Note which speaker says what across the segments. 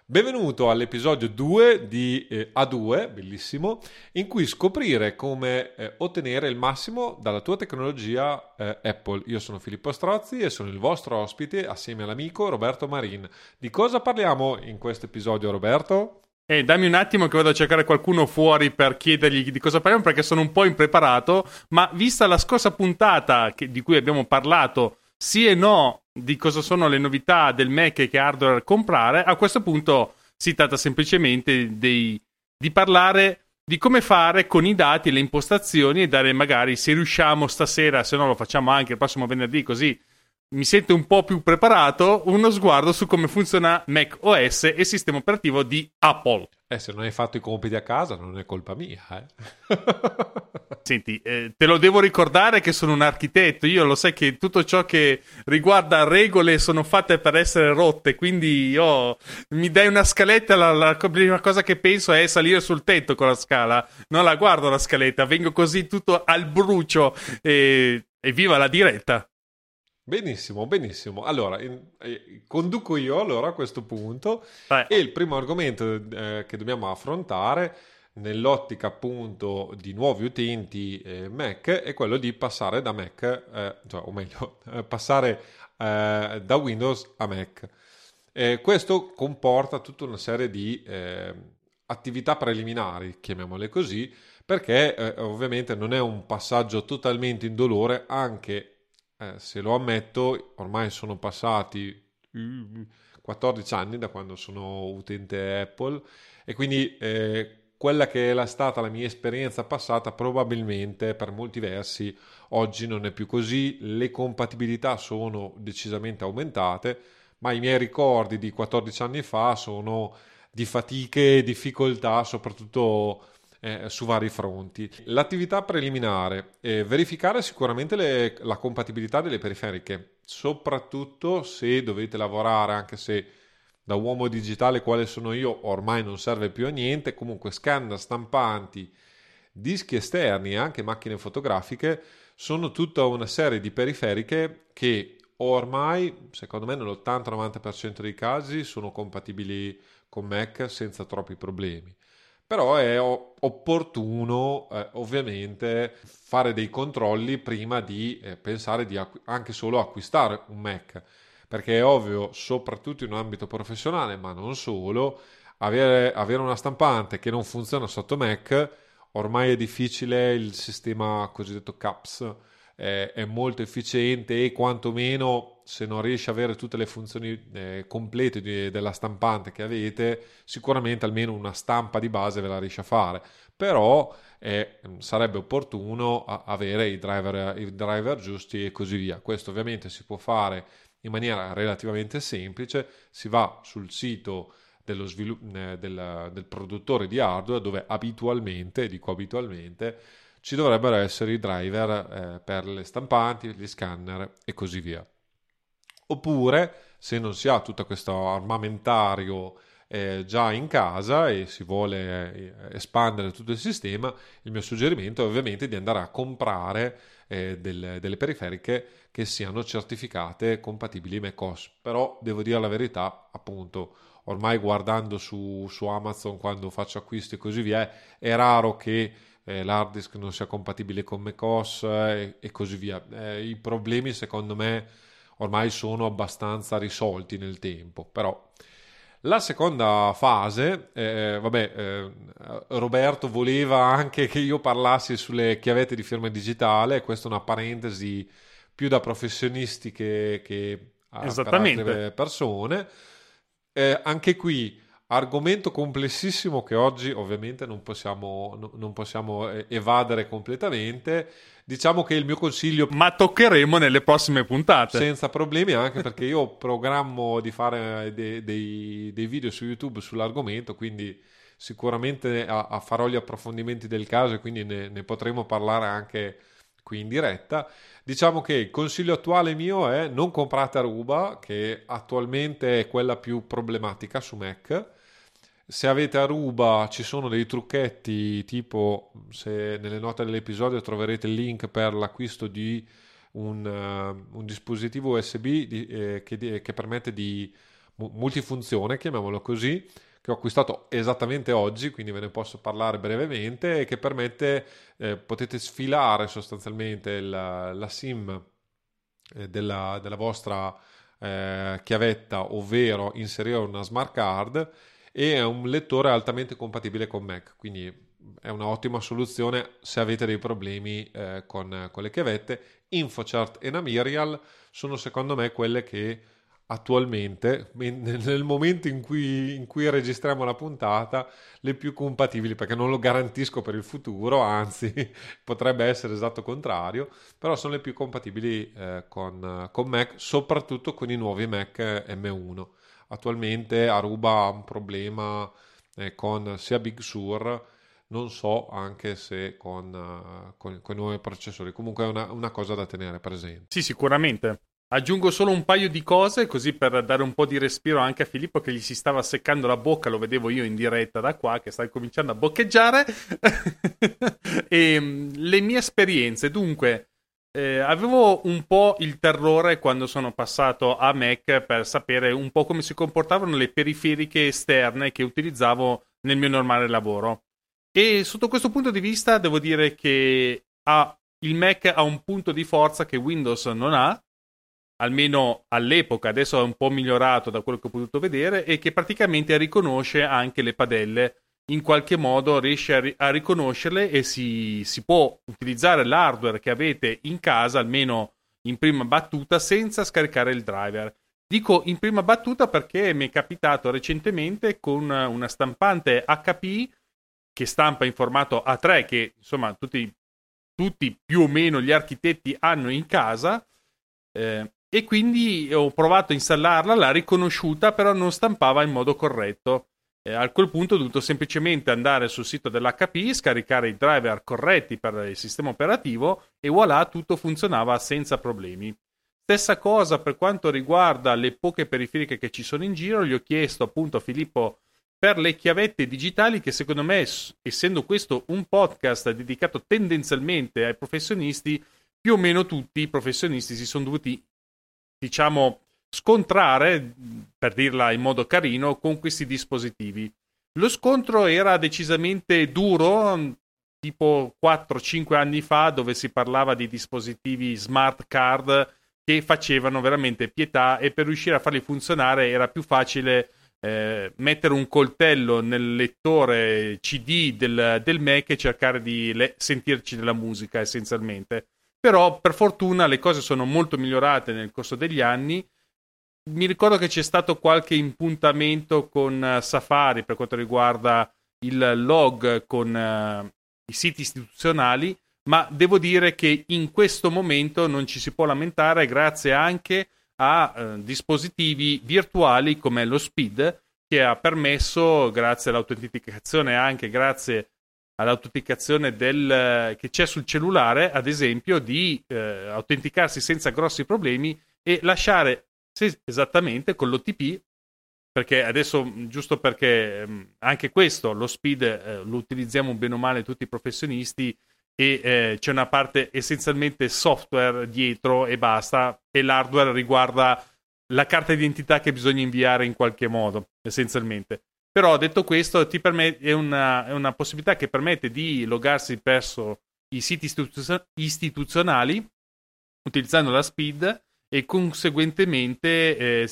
Speaker 1: Benvenuto all'episodio 2 di A2, bellissimo, in cui scoprire come ottenere il massimo dalla tua tecnologia Apple. Io sono Filippo Strozzi e sono il vostro ospite assieme all'amico Roberto Marin. Di cosa parliamo in questo episodio, Roberto?
Speaker 2: Dammi un attimo che vado a cercare qualcuno fuori per chiedergli di cosa parliamo, perché sono un po' impreparato, ma vista la scorsa puntata di cui abbiamo parlato sì e no di cosa sono le novità del Mac e che hardware comprare, a questo punto si tratta semplicemente di parlare di come fare con i dati, le impostazioni e dare magari, se riusciamo stasera, se no lo facciamo anche il prossimo venerdì, così mi sento un po' più preparato, uno sguardo su come funziona Mac OS e il sistema operativo di Apple.
Speaker 1: Se non hai fatto i compiti a casa non è colpa mia,
Speaker 2: Senti, te lo devo ricordare che sono un architetto, io lo sai che tutto ciò che riguarda regole sono fatte per essere rotte, quindi mi dai una scaletta, la prima cosa che penso è salire sul tetto con la scala, non la guardo la scaletta, vengo così tutto al brucio e viva la diretta.
Speaker 1: Benissimo, benissimo. Allora, conduco io allora a questo punto e il primo argomento che dobbiamo affrontare nell'ottica appunto di nuovi utenti Mac è quello di passare da Mac, o meglio, passare da Windows a Mac. Questo comporta tutta una serie di attività preliminari, chiamiamole così, perché ovviamente non è un passaggio totalmente indolore, anche se lo ammetto, ormai sono passati 14 anni da quando sono utente Apple e quindi quella che è stata la mia esperienza passata probabilmente per molti versi oggi non è più così, le compatibilità sono decisamente aumentate, ma i miei ricordi di 14 anni fa sono di fatiche e difficoltà, soprattutto su vari fronti. L'attività preliminare è verificare sicuramente la compatibilità delle periferiche, soprattutto se dovete lavorare, anche se da uomo digitale quale sono io ormai non serve più a niente, comunque scanner stampanti, dischi esterni e anche macchine fotografiche sono tutta una serie di periferiche che ormai, secondo me, nell'80-90% dei casi sono compatibili con Mac senza troppi problemi. Però è opportuno ovviamente fare dei controlli prima di pensare di anche solo acquistare un Mac, perché è ovvio, soprattutto in un ambito professionale, ma non solo, avere una stampante che non funziona sotto Mac, ormai è difficile, il sistema cosiddetto CAPS è molto efficiente e quantomeno se non riesci ad avere tutte le funzioni complete della stampante che avete, sicuramente almeno una stampa di base ve la riesci a fare. Però sarebbe opportuno avere i driver giusti e così via. Questo ovviamente si può fare in maniera relativamente semplice, si va sul sito del produttore di hardware dove abitualmente, dico abitualmente, ci dovrebbero essere i driver per le stampanti, gli scanner e così via. Oppure, se non si ha tutto questo armamentario già in casa e si vuole espandere tutto il sistema, il mio suggerimento è ovviamente di andare a comprare delle periferiche che siano certificate compatibili macOS. Però devo dire la verità, appunto, ormai guardando su Amazon quando faccio acquisti e così via, è raro che l'hard disk non sia compatibile con macOS e così via. I problemi secondo me ormai sono abbastanza risolti nel tempo, però la seconda fase, Roberto voleva anche che io parlassi sulle chiavette di firma digitale, questa è una parentesi più da professionisti che per altre persone. Anche qui argomento complessissimo che oggi ovviamente non possiamo evadere completamente. Diciamo che il mio consiglio...
Speaker 2: Ma toccheremo nelle prossime puntate.
Speaker 1: Senza problemi, anche perché io programmo di fare dei video su YouTube sull'argomento, quindi sicuramente farò gli approfondimenti del caso e quindi ne potremo parlare anche qui in diretta. Diciamo che il consiglio attuale mio è non comprate Aruba, che attualmente è quella più problematica su Mac. Se avete Aruba ci sono dei trucchetti, tipo se nelle note dell'episodio troverete il link per l'acquisto di un dispositivo USB che permette di multifunzione, chiamiamolo così, che ho acquistato esattamente oggi, quindi ve ne posso parlare brevemente, e che permette, potete sfilare sostanzialmente la SIM della vostra chiavetta, ovvero inserire una smart card, e è un lettore altamente compatibile con Mac, quindi è un'ottima soluzione se avete dei problemi con le chiavette. InfoCert e Namirial sono secondo me quelle che attualmente, nel momento in cui registriamo la puntata, le più compatibili, perché non lo garantisco per il futuro, anzi potrebbe essere esatto contrario, però sono le più compatibili con Mac, soprattutto con i nuovi Mac M1. Attualmente Aruba ha un problema con sia Big Sur, non so anche se con i nuovi processori. Comunque è una cosa da tenere presente.
Speaker 2: Sì, sicuramente. Aggiungo solo un paio di cose, così per dare un po' di respiro anche a Filippo, che gli si stava seccando la bocca, lo vedevo io in diretta da qua, che sta cominciando a boccheggiare. E le mie esperienze, dunque, avevo un po' il terrore quando sono passato a Mac per sapere un po' come si comportavano le periferiche esterne che utilizzavo nel mio normale lavoro. E sotto questo punto di vista devo dire che il Mac ha un punto di forza che Windows non ha, almeno all'epoca. Adesso è un po' migliorato da quello che ho potuto vedere, e che praticamente riconosce anche le padelle. In qualche modo riesce a riconoscerle, e si può utilizzare l'hardware che avete in casa, almeno in prima battuta, senza scaricare il driver. Dico in prima battuta perché mi è capitato recentemente con una stampante HP che stampa in formato A3, che insomma tutti più o meno gli architetti hanno in casa, e quindi ho provato a installarla, l'ha riconosciuta, però non stampava in modo corretto. A quel punto ho dovuto semplicemente andare sul sito dell'HP, scaricare i driver corretti per il sistema operativo, e voilà, tutto funzionava senza problemi. Stessa cosa per quanto riguarda le poche periferiche che ci sono in giro. Gli ho chiesto appunto a Filippo per le chiavette digitali, che secondo me, essendo questo un podcast dedicato tendenzialmente ai professionisti, più o meno tutti i professionisti si sono dovuti, diciamo, scontrare, per dirla in modo carino, con questi dispositivi. Lo scontro era decisamente duro, tipo 4-5 anni fa, dove si parlava di dispositivi smart card che facevano veramente pietà, e per riuscire a farli funzionare era più facile mettere un coltello nel lettore CD del Mac e cercare di sentirci della musica, essenzialmente. Però per fortuna le cose sono molto migliorate nel corso degli anni. Mi ricordo che c'è stato qualche impuntamento con Safari per quanto riguarda il log con i siti istituzionali, ma devo dire che in questo momento non ci si può lamentare, grazie anche a dispositivi virtuali come lo SPID, che ha permesso, grazie all'autenticazione, anche grazie all'autenticazione che c'è sul cellulare, ad esempio, di autenticarsi senza grossi problemi e lasciare esattamente con l'OTP, perché adesso, giusto perché anche questo, lo SPID, lo utilizziamo bene o male tutti i professionisti, e c'è una parte essenzialmente software dietro e basta, e l'hardware riguarda la carta d'identità che bisogna inviare in qualche modo, essenzialmente. Però detto questo, è una possibilità che permette di logarsi presso i siti istituzionali utilizzando la SPID, e conseguentemente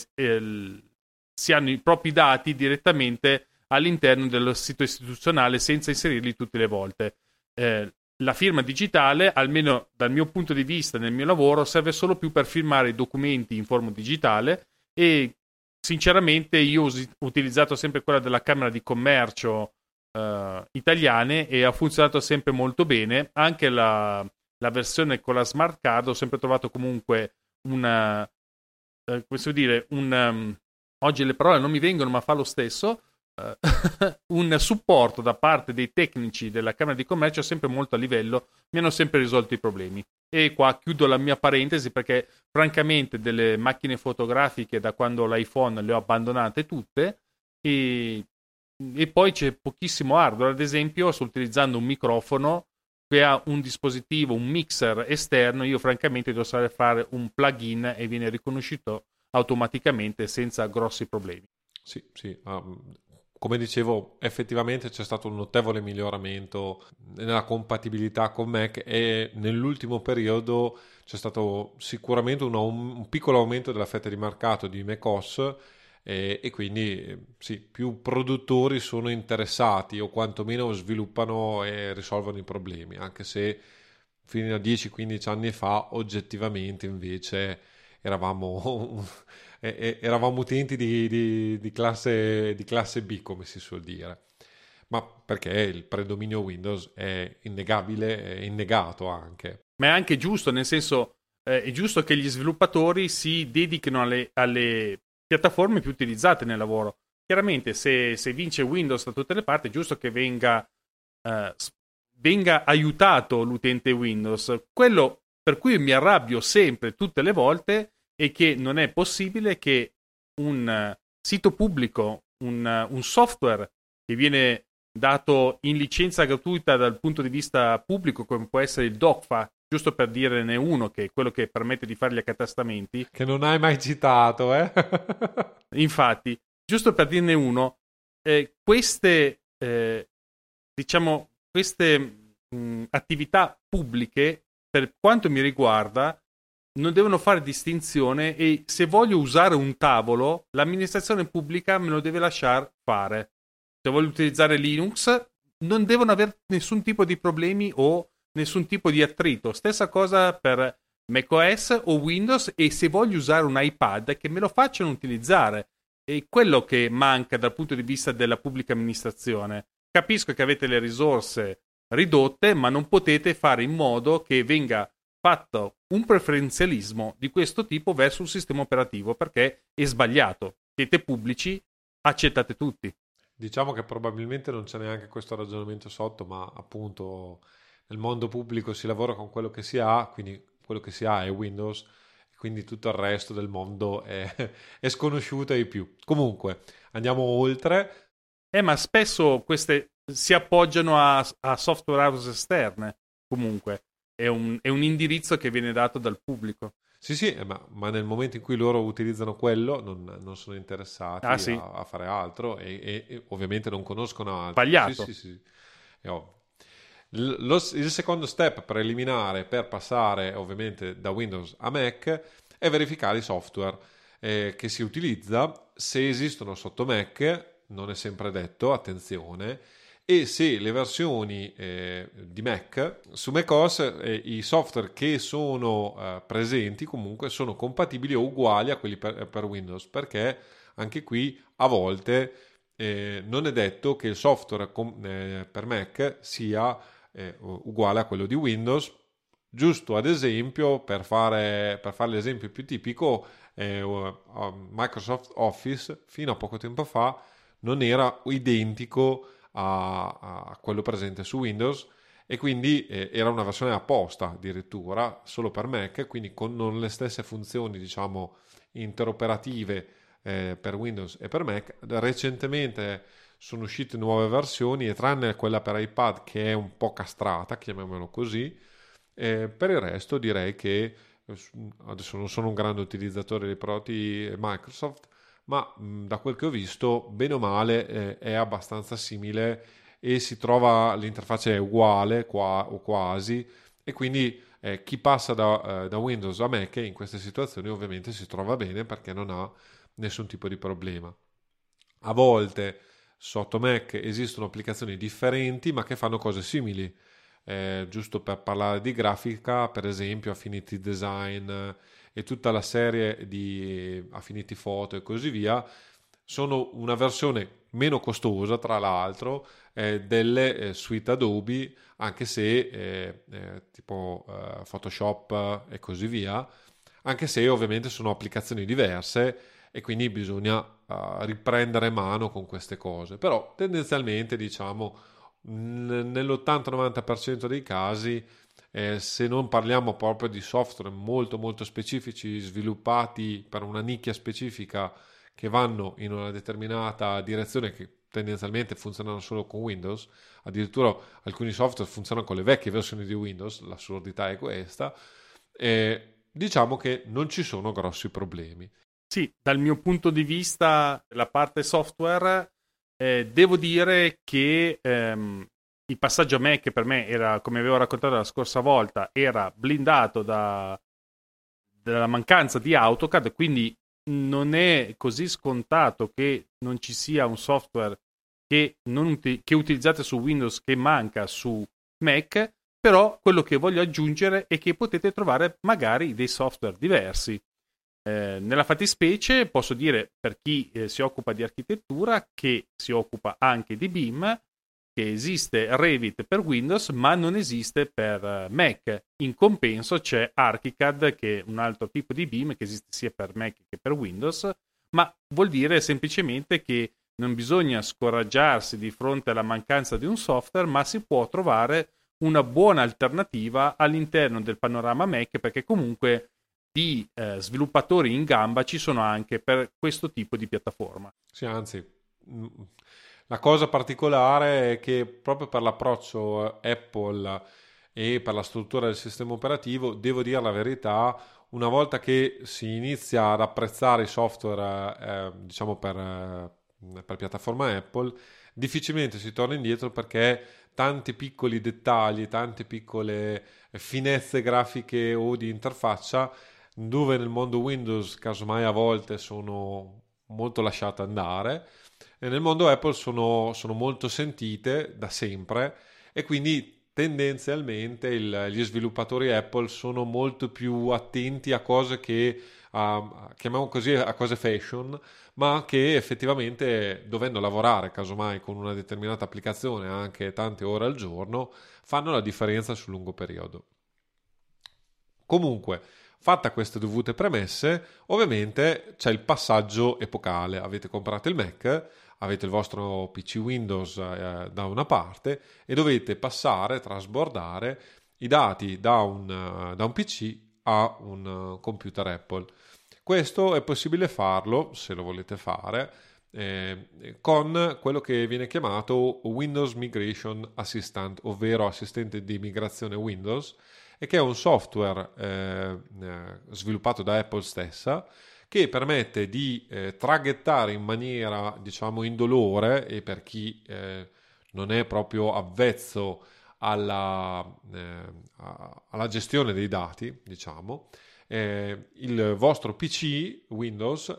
Speaker 2: si hanno i propri dati direttamente all'interno dello sito istituzionale senza inserirli tutte le volte. La firma digitale, almeno dal mio punto di vista nel mio lavoro, serve solo più per firmare i documenti in forma digitale, e sinceramente io ho utilizzato sempre quella della Camera di Commercio italiane, e ha funzionato sempre molto bene. Anche la versione con la smart card ho sempre trovato comunque oggi le parole non mi vengono, ma fa lo stesso, un supporto da parte dei tecnici della Camera di Commercio sempre molto a livello, mi hanno sempre risolto i problemi. E qua chiudo la mia parentesi, perché francamente delle macchine fotografiche da quando ho l'iPhone le ho abbandonate tutte, e poi c'è pochissimo hardware. Ad esempio sto utilizzando un microfono che ha un dispositivo, un mixer esterno. Io francamente devo saper fare un plugin e viene riconosciuto automaticamente senza grossi problemi.
Speaker 1: Sì, sì. Come dicevo, effettivamente c'è stato un notevole miglioramento nella compatibilità con Mac e nell'ultimo periodo c'è stato sicuramente un piccolo aumento della fetta di mercato di macOS e quindi sì, più produttori sono interessati o quantomeno sviluppano e risolvono i problemi, anche se fino a 10-15 anni fa oggettivamente invece eravamo eravamo utenti di classe B, come si suol dire. Ma perché il predominio Windows è innegabile e innegato anche.
Speaker 2: Ma è anche giusto, nel senso, è giusto che gli sviluppatori si dedichino alle piattaforme più utilizzate nel lavoro. Chiaramente, se vince Windows da tutte le parti, è giusto che venga aiutato l'utente Windows. Quello per cui mi arrabbio sempre, tutte le volte, è che non è possibile che un sito pubblico, un software che viene dato in licenza gratuita dal punto di vista pubblico, come può essere il DOCFA, giusto per dirne uno, che è quello che permette di fare gli accatastamenti.
Speaker 1: Che non hai mai citato, eh?
Speaker 2: Infatti, giusto per dirne uno, queste attività pubbliche, per quanto mi riguarda, non devono fare distinzione e se voglio usare un tavolo, l'amministrazione pubblica me lo deve lasciar fare. Se voglio utilizzare Linux, non devono avere nessun tipo di problemi o nessun tipo di attrito. Stessa cosa per macOS o Windows, e se voglio usare un iPad, che me lo facciano utilizzare. È quello che manca dal punto di vista della pubblica amministrazione. Capisco che avete le risorse ridotte, ma non potete fare in modo che venga fatto un preferenzialismo di questo tipo verso un sistema operativo, perché è sbagliato. Siete pubblici, accettate tutti.
Speaker 1: Diciamo che probabilmente non c'è neanche questo ragionamento sotto, ma appunto nel mondo pubblico si lavora con quello che si ha, quindi quello che si ha è Windows, e quindi tutto il resto del mondo è sconosciuto ai più. Comunque, andiamo oltre.
Speaker 2: Ma spesso queste si appoggiano a software house esterne, comunque. È un indirizzo che viene dato dal pubblico.
Speaker 1: Sì, ma nel momento in cui loro utilizzano quello non sono interessati
Speaker 2: Sì.
Speaker 1: a fare altro e ovviamente non conoscono altro.
Speaker 2: Sbagliato.
Speaker 1: Sì, è ovvio. Il secondo step preliminare per passare ovviamente da Windows a Mac è verificare i software che si utilizza, se esistono sotto Mac, non è sempre detto, attenzione, e se le versioni di Mac su macOS i software che sono presenti comunque sono compatibili o uguali a quelli per Windows, perché anche qui a volte non è detto che il software per Mac sia uguale a quello di Windows. Giusto ad esempio, per fare l'esempio più tipico, Microsoft Office fino a poco tempo fa non era identico a quello presente su Windows e quindi era una versione apposta addirittura solo per Mac, quindi con non le stesse funzioni diciamo interoperative per Windows e per Mac. Recentemente sono uscite nuove versioni e tranne quella per iPad che è un po' castrata, chiamiamolo così, per il resto direi che adesso non sono un grande utilizzatore dei prodotti Microsoft, ma da quel che ho visto, bene o male, è abbastanza simile e si trova l'interfaccia è uguale o quasi, e quindi chi passa da Windows a Mac in queste situazioni ovviamente si trova bene perché non ha nessun tipo di problema. A volte sotto Mac esistono applicazioni differenti ma che fanno cose simili. Giusto per parlare di grafica, per esempio Affinity Design e tutta la serie di Affinity Photo e così via, sono una versione meno costosa, tra l'altro, delle suite Adobe, anche se tipo Photoshop e così via, anche se ovviamente sono applicazioni diverse e quindi bisogna riprendere mano con queste cose. Però tendenzialmente diciamo nell'80-90% dei casi se non parliamo proprio di software molto molto specifici sviluppati per una nicchia specifica che vanno in una determinata direzione che tendenzialmente funzionano solo con Windows, addirittura alcuni software funzionano con le vecchie versioni di Windows, l'assurdità è questa, diciamo che non ci sono grossi problemi.
Speaker 2: Sì, dal mio punto di vista, la parte software, devo dire che il passaggio a Mac per me era, come avevo raccontato la scorsa volta, era blindato dalla mancanza di AutoCAD, quindi non è così scontato che non ci sia un software che utilizzate su Windows che manca su Mac, però quello che voglio aggiungere è che potete trovare magari dei software diversi. Nella fattispecie posso dire, per chi si occupa di architettura, che si occupa anche di BIM, che esiste Revit per Windows ma non esiste per Mac. In compenso c'è ArchiCAD, che è un altro tipo di BIM che esiste sia per Mac che per Windows, ma vuol dire semplicemente che non bisogna scoraggiarsi di fronte alla mancanza di un software, ma si può trovare una buona alternativa all'interno del panorama Mac, perché comunque di sviluppatori in gamba ci sono anche per questo tipo di piattaforma.
Speaker 1: Sì, anzi, la cosa particolare è che proprio per l'approccio Apple e per la struttura del sistema operativo, devo dire la verità, una volta che si inizia ad apprezzare i software, diciamo per piattaforma Apple, difficilmente si torna indietro, perché tanti piccoli dettagli, tante piccole finezze grafiche o di interfaccia, dove nel mondo Windows casomai a volte sono molto lasciate andare, e nel mondo Apple sono molto sentite da sempre, e quindi tendenzialmente gli sviluppatori Apple sono molto più attenti a cose che chiamiamo così, a cose fashion, ma che effettivamente, dovendo lavorare casomai con una determinata applicazione anche tante ore al giorno, fanno la differenza sul lungo periodo. Comunque, fatta queste dovute premesse, ovviamente c'è il passaggio epocale. Avete comprato il Mac, avete il vostro PC Windows da una parte, e dovete passare, trasbordare i dati da un PC a un computer Apple. Questo è possibile farlo, se lo volete fare, con quello che viene chiamato Windows Migration Assistant, ovvero assistente di migrazione Windows, e che è un software sviluppato da Apple stessa, che permette di traghettare in maniera, diciamo, indolore, e per chi non è proprio avvezzo alla gestione dei dati, diciamo, il vostro PC Windows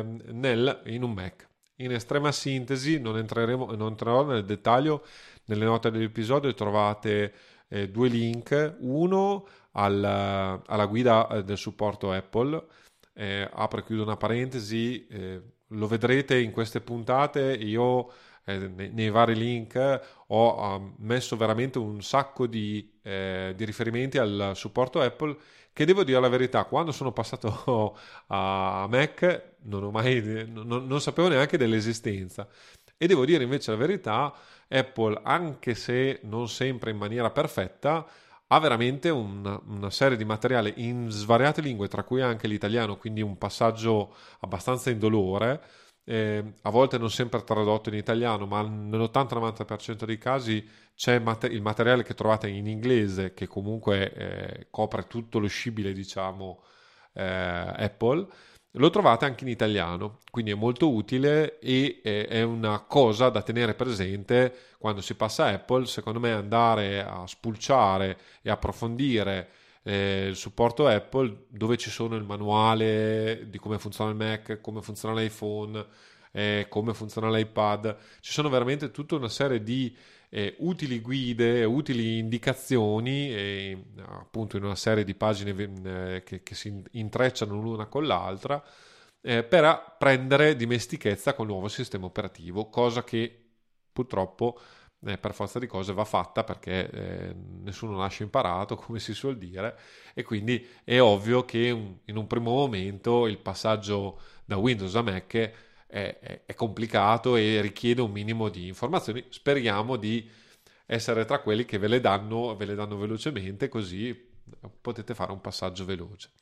Speaker 1: in un Mac. In estrema sintesi, non entrerò nel dettaglio. Nelle note dell'episodio trovate due link, uno alla guida del supporto Apple, apro e chiudo una parentesi, lo vedrete in queste puntate. Io nei vari link ho messo veramente un sacco di riferimenti al supporto Apple, che devo dire la verità, quando sono passato a Mac non sapevo neanche dell'esistenza, e devo dire invece la verità, Apple, anche se non sempre in maniera perfetta, ha veramente una serie di materiale in svariate lingue, tra cui anche l'italiano, quindi un passaggio abbastanza indolore, a volte non sempre tradotto in italiano, ma nell'80-90% dei casi c'è il materiale che trovate in inglese, che comunque copre tutto lo scibile, diciamo, Apple. Lo trovate anche in italiano, quindi è molto utile, e è una cosa da tenere presente quando si passa a Apple. Secondo me andare a spulciare e approfondire il supporto Apple, dove ci sono il manuale di come funziona il Mac, come funziona l'iPhone, come funziona l'iPad. Ci sono veramente tutta una serie di utili guide, utili indicazioni, appunto in una serie di pagine che si intrecciano l'una con l'altra, per prendere dimestichezza col nuovo sistema operativo, cosa che purtroppo per forza di cose va fatta, perché nessuno nasce imparato, come si suol dire, e quindi è ovvio che in un primo momento il passaggio da Windows a Mac è complicato e richiede un minimo di informazioni. Speriamo di essere tra quelli che ve le danno velocemente, così potete fare un passaggio veloce.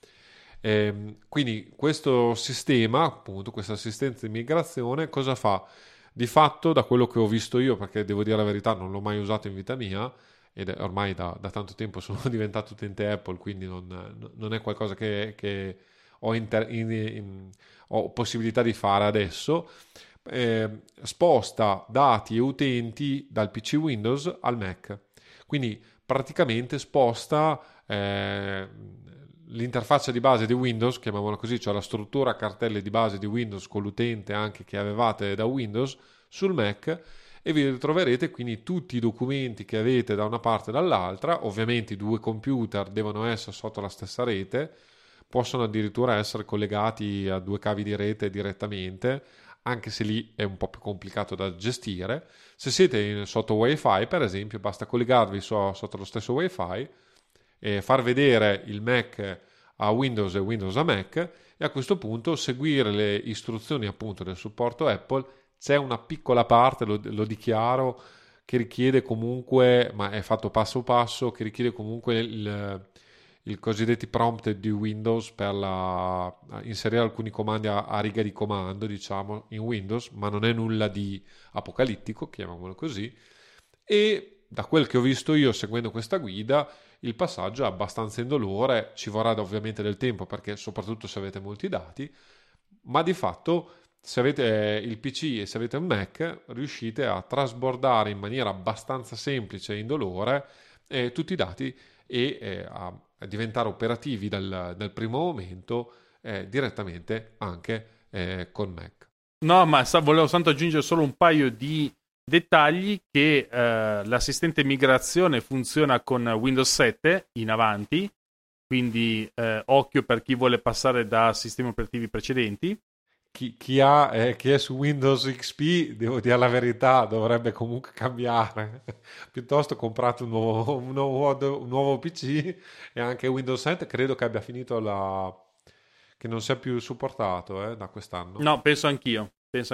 Speaker 1: Quindi questo sistema, appunto, questa assistenza di migrazione, cosa fa? Di fatto, da quello che ho visto io, perché devo dire la verità, non l'ho mai usato in vita mia, ed ormai da tanto tempo sono diventato utente Apple, quindi non è qualcosa che ho possibilità di fare adesso, sposta dati e utenti dal PC Windows al Mac. Quindi praticamente sposta l'interfaccia di base di Windows, chiamiamola così, cioè la struttura a cartelle di base di Windows con l'utente anche che avevate da Windows sul Mac, e vi ritroverete quindi tutti i documenti che avete da una parte e dall'altra. Ovviamente i due computer devono essere sotto la stessa rete, possono addirittura essere collegati a due cavi di rete direttamente, anche se lì è un po' più complicato da gestire. Se siete sotto Wi-Fi, per esempio, basta collegarvi sotto lo stesso Wi-Fi e far vedere il Mac a Windows e Windows a Mac, e a questo punto seguire le istruzioni appunto del supporto Apple. C'è una piccola parte, lo dichiaro, che richiede comunque, ma è fatto passo passo, che richiede comunque il cosiddetti prompt di Windows per inserire alcuni comandi a riga di comando, diciamo, in Windows, ma non è nulla di apocalittico, chiamiamolo così. E da quel che ho visto io seguendo questa guida, il passaggio è abbastanza indolore, ci vorrà ovviamente del tempo, perché soprattutto se avete molti dati, ma di fatto se avete il PC e se avete un Mac riuscite a trasbordare in maniera abbastanza semplice e indolore tutti i dati e a diventare operativi dal primo momento direttamente anche con Mac.
Speaker 2: No, ma volevo soltanto aggiungere solo un paio di dettagli, che l'assistente migrazione funziona con Windows 7 in avanti, quindi occhio per chi vuole passare da sistemi operativi precedenti.
Speaker 1: Chi è su Windows XP, devo dire la verità, dovrebbe comunque cambiare. Piuttosto comprate un nuovo PC, e anche Windows 7 credo che abbia finito che non sia più supportato da quest'anno.
Speaker 2: No, penso anch'io.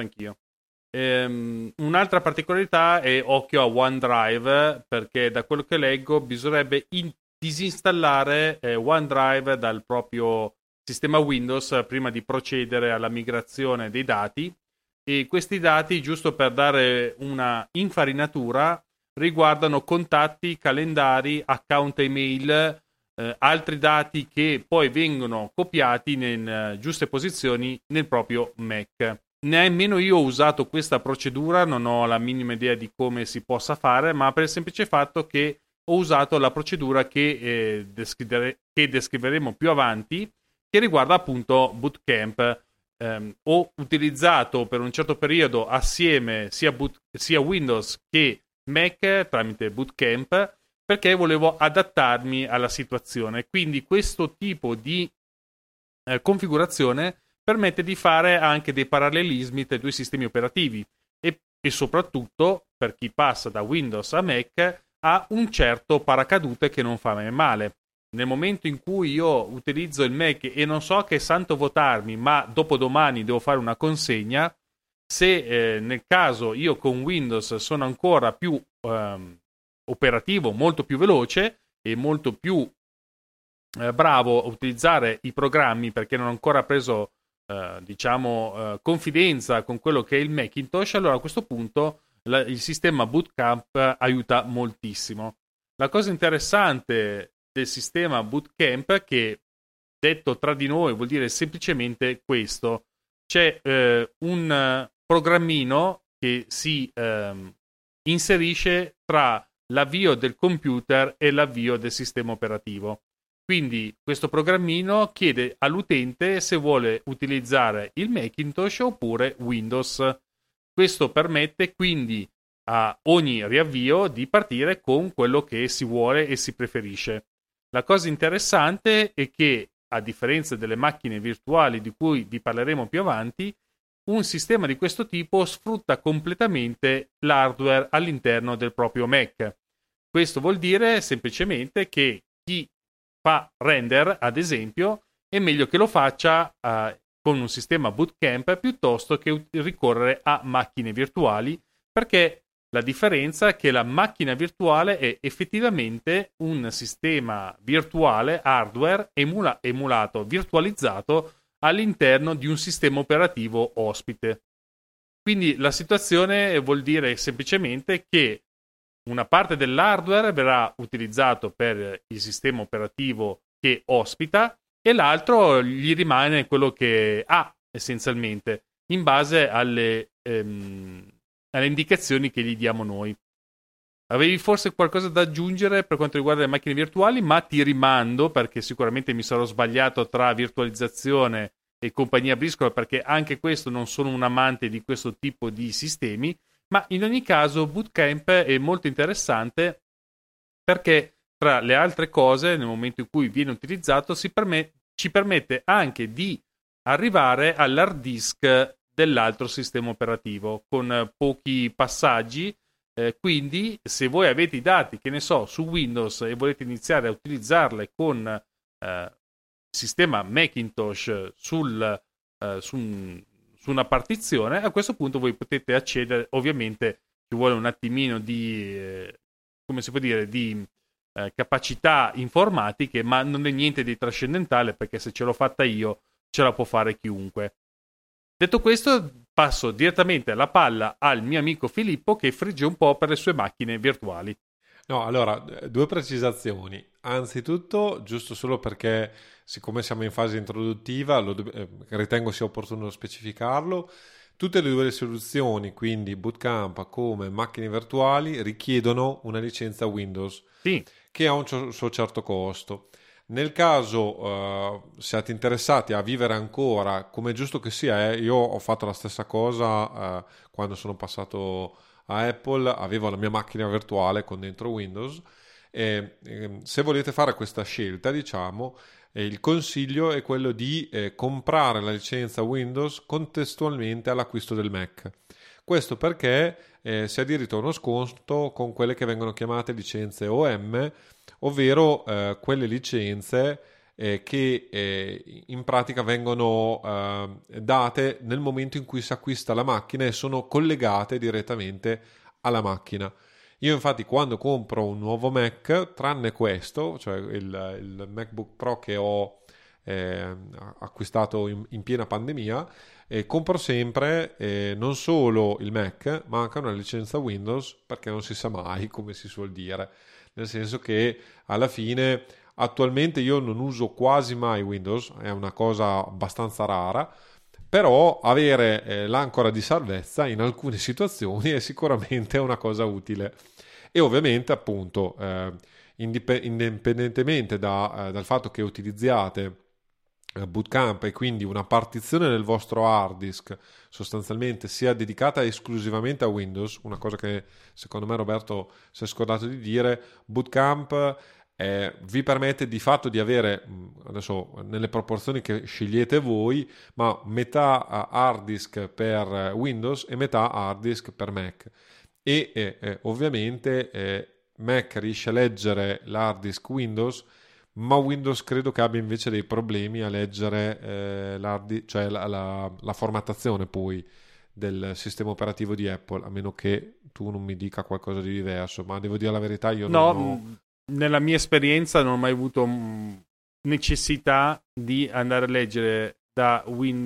Speaker 2: Un'altra particolarità è occhio a OneDrive, perché da quello che leggo bisognerebbe disinstallare OneDrive dal proprio sistema Windows prima di procedere alla migrazione dei dati, e questi dati, giusto per dare una infarinatura, riguardano contatti, calendari, account email, altri dati che poi vengono copiati in giuste posizioni nel proprio Mac. Nemmeno io ho usato questa procedura, non ho la minima idea di come si possa fare, ma per il semplice fatto che ho usato la procedura che descriveremo più avanti, che riguarda appunto Bootcamp. Ho utilizzato per un certo periodo assieme sia Windows che Mac tramite Bootcamp, perché volevo adattarmi alla situazione. Quindi questo tipo di configurazione permette di fare anche dei parallelismi tra i due sistemi operativi, e soprattutto per chi passa da Windows a Mac ha un certo paracadute che non fa mai male. Nel momento in cui io utilizzo il Mac e non so che santo votarmi, ma dopodomani devo fare una consegna, se nel caso io con Windows sono ancora più operativo, molto più veloce e molto più bravo a utilizzare i programmi, perché non ho ancora preso confidenza con quello che è il Macintosh, allora a questo punto il sistema Bootcamp aiuta moltissimo. La cosa interessante del sistema Bootcamp, che detto tra di noi vuol dire semplicemente questo: c'è un programmino che si inserisce tra l'avvio del computer e l'avvio del sistema operativo. Quindi questo programmino chiede all'utente se vuole utilizzare il Macintosh oppure Windows. Questo permette quindi a ogni riavvio di partire con quello che si vuole e si preferisce. La cosa interessante è che, a differenza delle macchine virtuali di cui vi parleremo più avanti, un sistema di questo tipo sfrutta completamente l'hardware all'interno del proprio Mac. Questo vuol dire semplicemente che chi fa render, ad esempio, è meglio che lo faccia con un sistema Bootcamp piuttosto che ricorrere a macchine virtuali, perché la differenza è che la macchina virtuale è effettivamente un sistema virtuale, hardware, emulato, virtualizzato all'interno di un sistema operativo ospite. Quindi la situazione vuol dire semplicemente che una parte dell'hardware verrà utilizzato per il sistema operativo che ospita e l'altro gli rimane quello che ha essenzialmente, in base alle indicazioni che gli diamo noi. Avevi forse qualcosa da aggiungere per quanto riguarda le macchine virtuali, ma ti rimando, perché sicuramente mi sarò sbagliato tra virtualizzazione e compagnia briscola, perché anche questo non sono un amante di questo tipo di sistemi, ma in ogni caso Bootcamp è molto interessante perché tra le altre cose, nel momento in cui viene utilizzato, ci permette anche di arrivare all'hard disk dell'altro sistema operativo con pochi passaggi. Quindi se voi avete i dati, che ne so, su Windows e volete iniziare a utilizzarle con sistema Macintosh su una partizione, a questo punto voi potete accedere. Ovviamente ci vuole un attimino di come si può dire, di capacità informatiche, ma non è niente di trascendentale, perché se ce l'ho fatta io ce la può fare chiunque. Detto questo, passo direttamente la palla al mio amico Filippo, che frigge un po' per le sue macchine virtuali.
Speaker 1: No, allora, due precisazioni. Anzitutto, giusto solo perché, siccome siamo in fase introduttiva, ritengo sia opportuno specificarlo, tutte e due le soluzioni, quindi Bootcamp come macchine virtuali, richiedono una licenza Windows,
Speaker 2: sì,
Speaker 1: che ha un suo certo costo. Nel caso siate interessati a vivere ancora, come è giusto che sia, io ho fatto la stessa cosa quando sono passato a Apple, avevo la mia macchina virtuale con dentro Windows e se volete fare questa scelta, diciamo, il consiglio è quello di comprare la licenza Windows contestualmente all'acquisto del Mac. Questo perché si ha diritto a uno sconto con quelle che vengono chiamate licenze OM, ovvero quelle licenze che in pratica vengono date nel momento in cui si acquista la macchina e sono collegate direttamente alla macchina. Io infatti quando compro un nuovo Mac, tranne questo, cioè il MacBook Pro che ho acquistato in piena pandemia, compro sempre non solo il Mac, ma anche una licenza Windows, perché non si sa mai, come si suol dire. Nel senso che alla fine attualmente io non uso quasi mai Windows, è una cosa abbastanza rara, però avere l'ancora di salvezza in alcune situazioni è sicuramente una cosa utile. E ovviamente appunto indipendentemente dal fatto che utilizziate Bootcamp e quindi una partizione del vostro hard disk sostanzialmente sia dedicata esclusivamente a Windows, una cosa che secondo me Roberto si è scordato di dire. Bootcamp vi permette di fatto di avere, adesso nelle proporzioni che scegliete voi, ma metà hard disk per Windows e metà hard disk per Mac. E ovviamente Mac riesce a leggere l'hard disk Windows, ma Windows credo che abbia invece dei problemi a leggere cioè la formattazione poi del sistema operativo di Apple, a meno che tu non mi dica qualcosa di diverso, ma devo dire la verità, io non ho...
Speaker 2: Nella mia esperienza non ho mai avuto necessità di andare a leggere da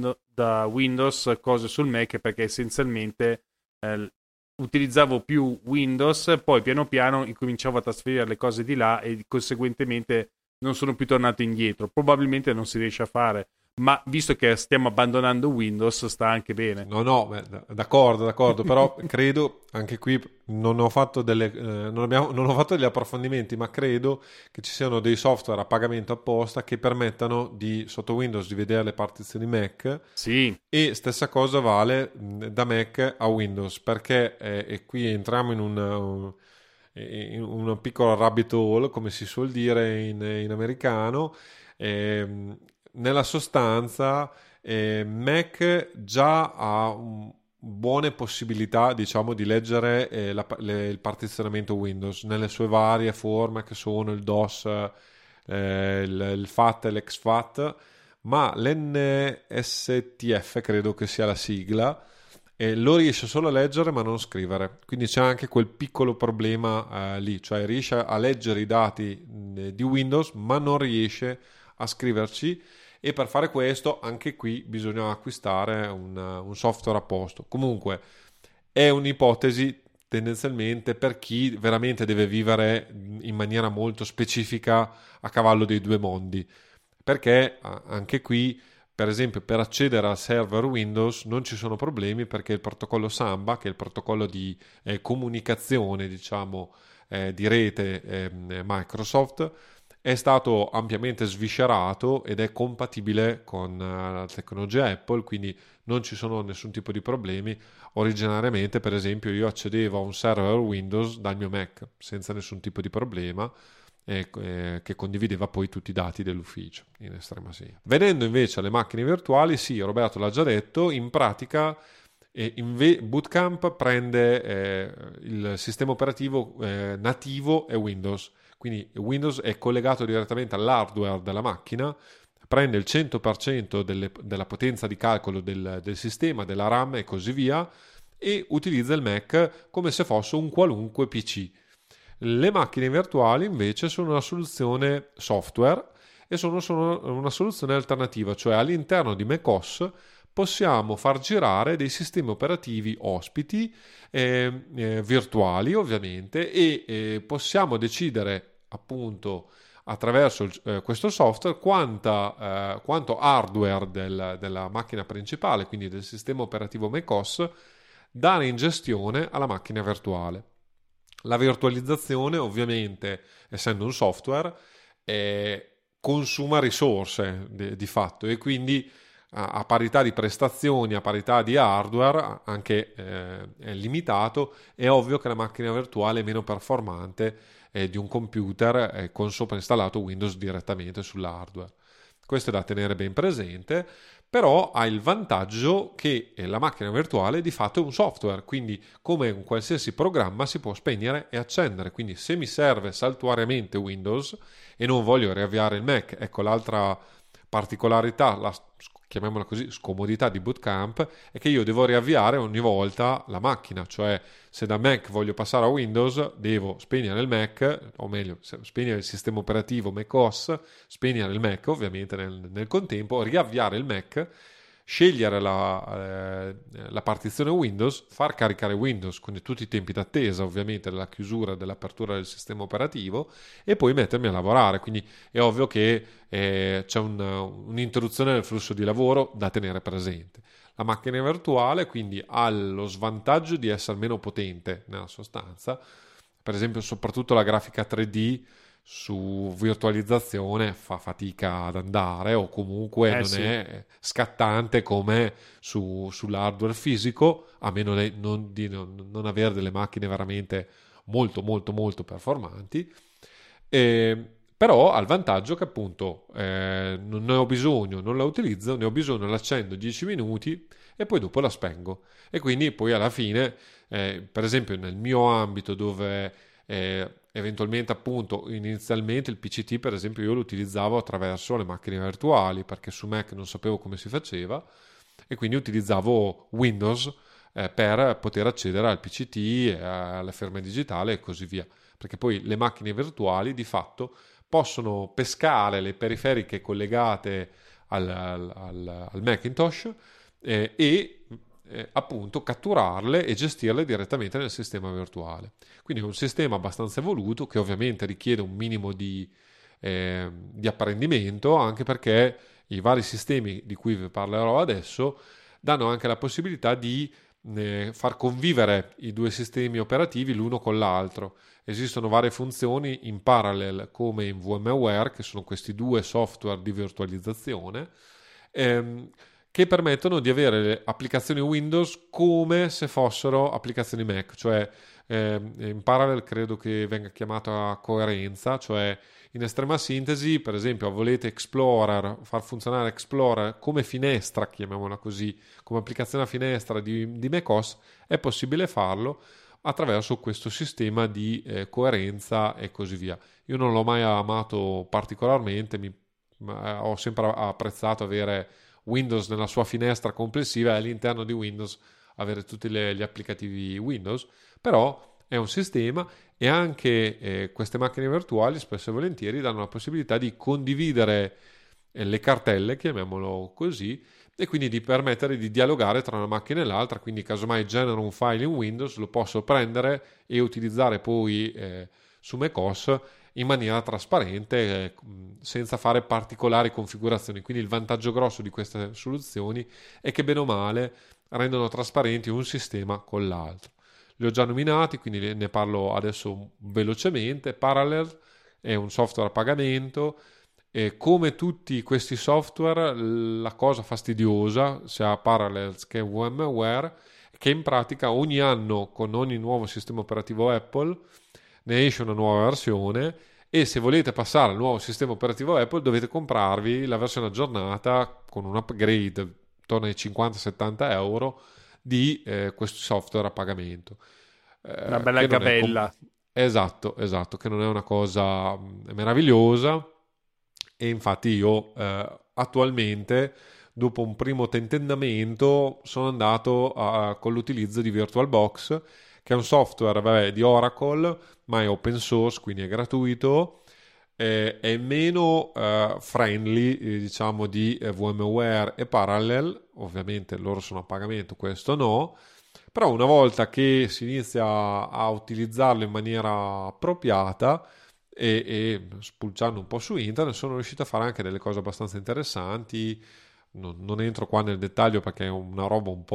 Speaker 2: Windows cose sul Mac, perché essenzialmente utilizzavo più Windows, poi piano piano incominciavo a trasferire le cose di là e conseguentemente non sono più tornato indietro. Probabilmente non si riesce a fare, ma visto che stiamo abbandonando Windows sta anche bene.
Speaker 1: No, d'accordo, però credo, anche qui non ho fatto non ho fatto degli approfondimenti, ma credo che ci siano dei software a pagamento apposta che permettano sotto Windows di vedere le partizioni Mac.
Speaker 2: Sì.
Speaker 1: E stessa cosa vale da Mac a Windows, perché e qui entriamo in un piccolo rabbit hole, come si suol dire in americano. Nella sostanza Mac già ha buone possibilità, diciamo, di leggere il partizionamento Windows nelle sue varie forme, che sono il DOS, il FAT e l'EXFAT, ma l'NSTF credo che sia la sigla, lo riesce solo a leggere ma non scrivere, quindi c'è anche quel piccolo problema lì, cioè riesce a leggere i dati di Windows ma non riesce a scriverci, e per fare questo anche qui bisogna acquistare un software apposta. Comunque è un'ipotesi tendenzialmente per chi veramente deve vivere in maniera molto specifica a cavallo dei due mondi, perché anche qui, per esempio, per accedere al server Windows non ci sono problemi, perché il protocollo Samba, che è il protocollo di comunicazione, diciamo, di rete Microsoft, è stato ampiamente sviscerato ed è compatibile con la tecnologia Apple, quindi non ci sono nessun tipo di problemi. Originariamente, per esempio, io accedevo a un server Windows dal mio Mac senza nessun tipo di problema, che condivideva poi tutti i dati dell'ufficio in estrema seria. Venendo invece alle macchine virtuali, sì, Roberto l'ha già detto, in pratica Boot Camp prende il sistema operativo nativo è Windows, quindi Windows è collegato direttamente all'hardware della macchina, prende il 100% della potenza di calcolo del sistema, della RAM e così via, e utilizza il Mac come se fosse un qualunque PC. Le macchine virtuali invece sono una soluzione software e sono una soluzione alternativa, cioè all'interno di macOS possiamo far girare dei sistemi operativi ospiti, virtuali ovviamente, e possiamo decidere appunto attraverso questo software quanto hardware della macchina principale, quindi del sistema operativo macOS, dare in gestione alla macchina virtuale. La virtualizzazione, ovviamente, essendo un software, consuma risorse di fatto, e quindi a parità di prestazioni, a parità di hardware, anche è limitato. È ovvio che la macchina virtuale è meno performante di un computer con sopra installato Windows direttamente sull'hardware. Questo è da tenere ben presente, però ha il vantaggio che la macchina virtuale di fatto è un software, quindi come un qualsiasi programma si può spegnere e accendere. Quindi se mi serve saltuariamente Windows e non voglio riavviare il Mac, ecco l'altra particolarità, chiamiamola così, scomodità di Boot Camp, è che io devo riavviare ogni volta la macchina, cioè se da Mac voglio passare a Windows devo spegnere il Mac, o meglio spegnere il sistema operativo macOS, spegnere il Mac ovviamente nel contempo, riavviare il Mac, scegliere la partizione Windows, far caricare Windows con tutti i tempi d'attesa ovviamente della chiusura e dell'apertura del sistema operativo, e poi mettermi a lavorare. Quindi è ovvio che c'è un'interruzione del flusso di lavoro da tenere presente. La macchina virtuale quindi ha lo svantaggio di essere meno potente nella sostanza, per esempio soprattutto la grafica 3D su virtualizzazione fa fatica ad andare, o comunque non è scattante come sull'hardware fisico, a meno di non avere delle macchine veramente molto molto molto performanti. Però ha il vantaggio che appunto non ne ho bisogno, non la utilizzo, ne ho bisogno, l'accendo 10 minuti e poi dopo la spengo. E quindi poi alla fine, per esempio nel mio ambito dove eventualmente appunto inizialmente il PCT per esempio io lo utilizzavo attraverso le macchine virtuali, perché su Mac non sapevo come si faceva, e quindi utilizzavo Windows per poter accedere al PCT, alla firma digitale e così via, perché poi le macchine virtuali di fatto possono pescare le periferiche collegate al Macintosh e appunto catturarle e gestirle direttamente nel sistema virtuale. Quindi è un sistema abbastanza evoluto che ovviamente richiede un minimo di apprendimento, anche perché i vari sistemi di cui vi parlerò adesso danno anche la possibilità di far convivere i due sistemi operativi l'uno con l'altro. Esistono varie funzioni in parallel come in VMware, che sono questi due software di virtualizzazione, che permettono di avere le applicazioni Windows come se fossero applicazioni Mac, cioè in parallel credo che venga chiamata coerenza, cioè in estrema sintesi, per esempio, volete Explorer, far funzionare Explorer come finestra, chiamiamola così, come applicazione a finestra di macOS, è possibile farlo attraverso questo sistema di coerenza e così via. Io non l'ho mai amato particolarmente, ho sempre apprezzato avere Windows nella sua finestra complessiva e all'interno di Windows avere tutti gli applicativi Windows, però è un sistema, e anche queste macchine virtuali spesso e volentieri danno la possibilità di condividere le cartelle, chiamiamolo così, e quindi di permettere di dialogare tra una macchina e l'altra. Quindi casomai genero un file in Windows, lo posso prendere e utilizzare poi su macOS in maniera trasparente, senza fare particolari configurazioni. Quindi il vantaggio grosso di queste soluzioni è che bene o male rendono trasparenti un sistema con l'altro. Li ho già nominati, quindi ne parlo adesso velocemente. Parallels è un software a pagamento. E come tutti questi software, la cosa fastidiosa, sia Parallels che VMware, è che in pratica ogni anno, con ogni nuovo sistema operativo Apple, ne esce una nuova versione, e se volete passare al nuovo sistema operativo Apple dovete comprarvi la versione aggiornata con un upgrade attorno ai 50-70 euro di questo software a pagamento.
Speaker 2: Una bella gabella.
Speaker 1: Esatto, che non è una cosa meravigliosa. E infatti io attualmente, dopo un primo tentennamento, sono andato con l'utilizzo di VirtualBox, che è un software di Oracle, ma è open source, quindi è gratuito, è meno friendly, diciamo, di VMware e Parallel. Ovviamente loro sono a pagamento, questo no, però una volta che si inizia a utilizzarlo in maniera appropriata e spulciando un po' su internet, sono riuscito a fare anche delle cose abbastanza interessanti. Non entro qua nel dettaglio perché è una roba un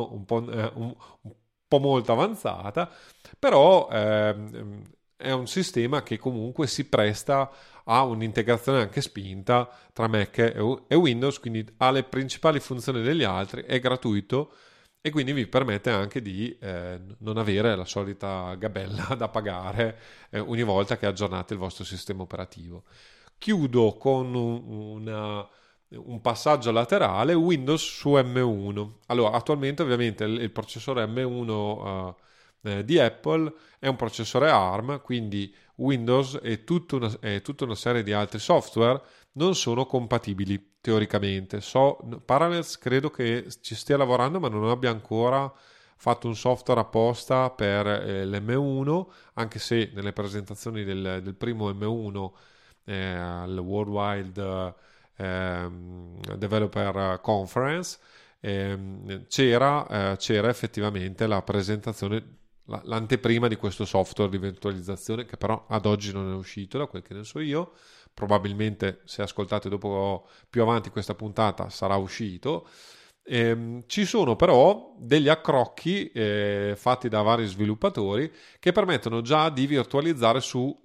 Speaker 1: po' molto avanzata, però è un sistema che comunque si presta a un'integrazione anche spinta tra Mac e Windows, quindi ha le principali funzioni degli altri, è gratuito e quindi vi permette anche di non avere la solita gabella da pagare ogni volta che aggiornate il vostro sistema operativo. Chiudo con un passaggio laterale: Windows su M1. Allora, attualmente ovviamente il processore M1 di Apple è un processore ARM, quindi Windows e tutta una serie di altri software non sono compatibili teoricamente. Parallels credo che ci stia lavorando, ma non abbia ancora fatto un software apposta per l'M1, anche se nelle presentazioni del primo M1 al Worldwide Developer Conference c'era effettivamente la presentazione, l'anteprima di questo software di virtualizzazione, che però ad oggi non è uscito, da quel che ne so io. Probabilmente, se ascoltate dopo più avanti questa puntata, sarà uscito. Ci sono però degli accrocchi fatti da vari sviluppatori che permettono già di virtualizzare su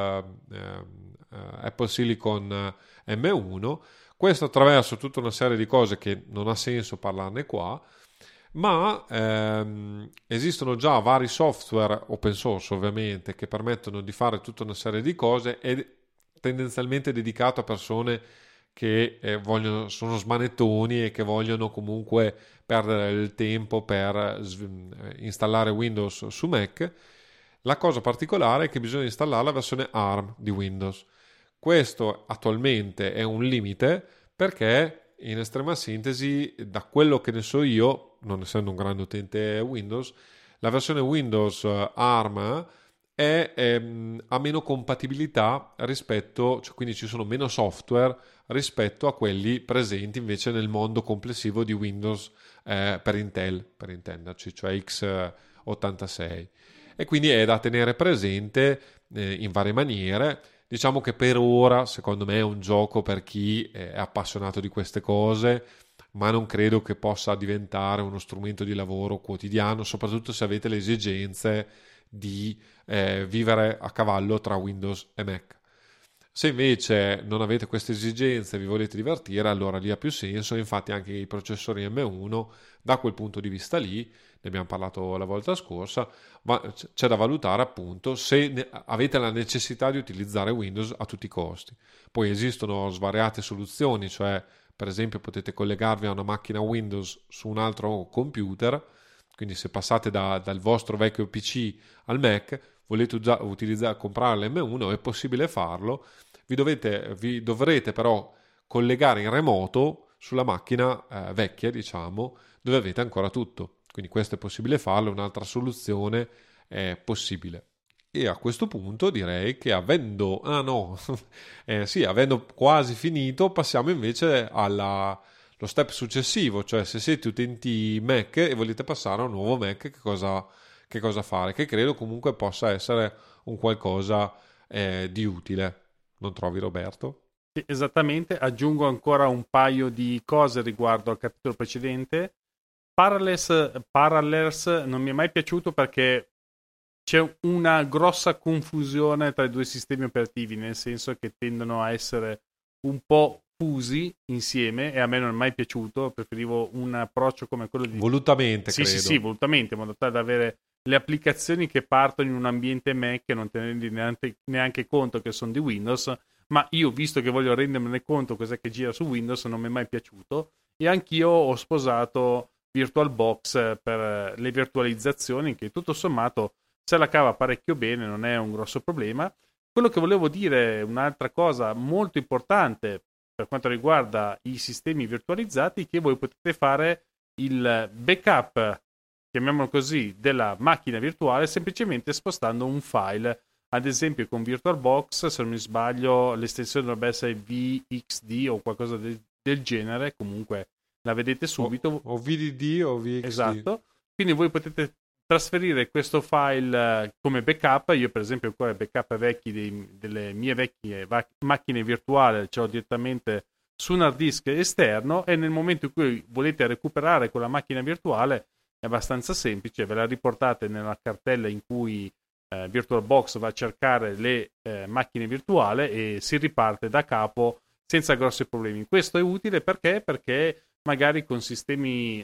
Speaker 1: Apple Silicon M1. Questo attraverso tutta una serie di cose che non ha senso parlarne qua, ma esistono già vari software open source ovviamente che permettono di fare tutta una serie di cose, e tendenzialmente dedicato a persone che sono smanettoni e che vogliono comunque perdere il tempo per installare Windows su Mac. La cosa particolare è che bisogna installare la versione ARM di Windows. Questo attualmente è un limite perché, in estrema sintesi, da quello che ne so io, non essendo un grande utente Windows, la versione Windows ARM ha meno compatibilità rispetto, cioè quindi ci sono meno software rispetto a quelli presenti invece nel mondo complessivo di Windows per Intel, per intenderci, cioè x86. E quindi è da tenere presente in varie maniere. Diciamo che per ora, secondo me, è un gioco per chi è appassionato di queste cose, ma non credo che possa diventare uno strumento di lavoro quotidiano, soprattutto se avete le esigenze di vivere a cavallo tra Windows e Mac. Se invece non avete queste esigenze e vi volete divertire, allora lì ha più senso. Infatti anche i processori M1, da quel punto di vista lì, ne abbiamo parlato la volta scorsa, ma c'è da valutare appunto se avete la necessità di utilizzare Windows a tutti i costi. Poi esistono svariate soluzioni, cioè per esempio potete collegarvi a una macchina Windows su un altro computer, quindi se passate dal vostro vecchio PC al Mac, volete comprare l'M1, è possibile farlo. Vi dovrete però collegare in remoto sulla macchina vecchia, diciamo, dove avete ancora tutto. Quindi questo è possibile farlo, un'altra soluzione è possibile. E a questo punto direi che avendo quasi finito, passiamo invece allo step successivo, cioè se siete utenti Mac e volete passare a un nuovo Mac, che cosa fare? Che credo comunque possa essere un qualcosa di utile. Non trovi, Roberto?
Speaker 2: Sì, esattamente, aggiungo ancora un paio di cose riguardo al capitolo precedente. Parallels non mi è mai piaciuto perché c'è una grossa confusione tra i due sistemi operativi, nel senso che tendono a essere un po' fusi insieme e a me non è mai piaciuto, preferivo un approccio come quello di...
Speaker 1: Volutamente,
Speaker 2: Sì,
Speaker 1: credo.
Speaker 2: sì, sì, volutamente, in modo tale da avere le applicazioni che partono in un ambiente Mac e non tenerli neanche conto che sono di Windows, ma io, visto che voglio rendermene conto cos'è che gira su Windows, non mi è mai piaciuto e anch'io ho sposato VirtualBox per le virtualizzazioni che tutto sommato se la cava parecchio bene, non è un grosso problema. Quello che volevo dire, un'altra cosa molto importante per quanto riguarda i sistemi virtualizzati, che voi potete fare il backup, chiamiamolo così, della macchina virtuale semplicemente spostando un file. Ad esempio con VirtualBox, se non mi sbaglio, l'estensione dovrebbe essere VXD o qualcosa del genere, comunque la vedete subito.
Speaker 1: O VDD o VXD.
Speaker 2: Esatto. Quindi voi potete trasferire questo file come backup. Io per esempio ancora i backup vecchi delle mie vecchie macchine virtuali ce l'ho direttamente su un hard disk esterno e nel momento in cui volete recuperare quella macchina virtuale è abbastanza semplice, ve la riportate nella cartella in cui VirtualBox va a cercare le macchine virtuali e si riparte da capo senza grossi problemi. Questo è utile perché magari con sistemi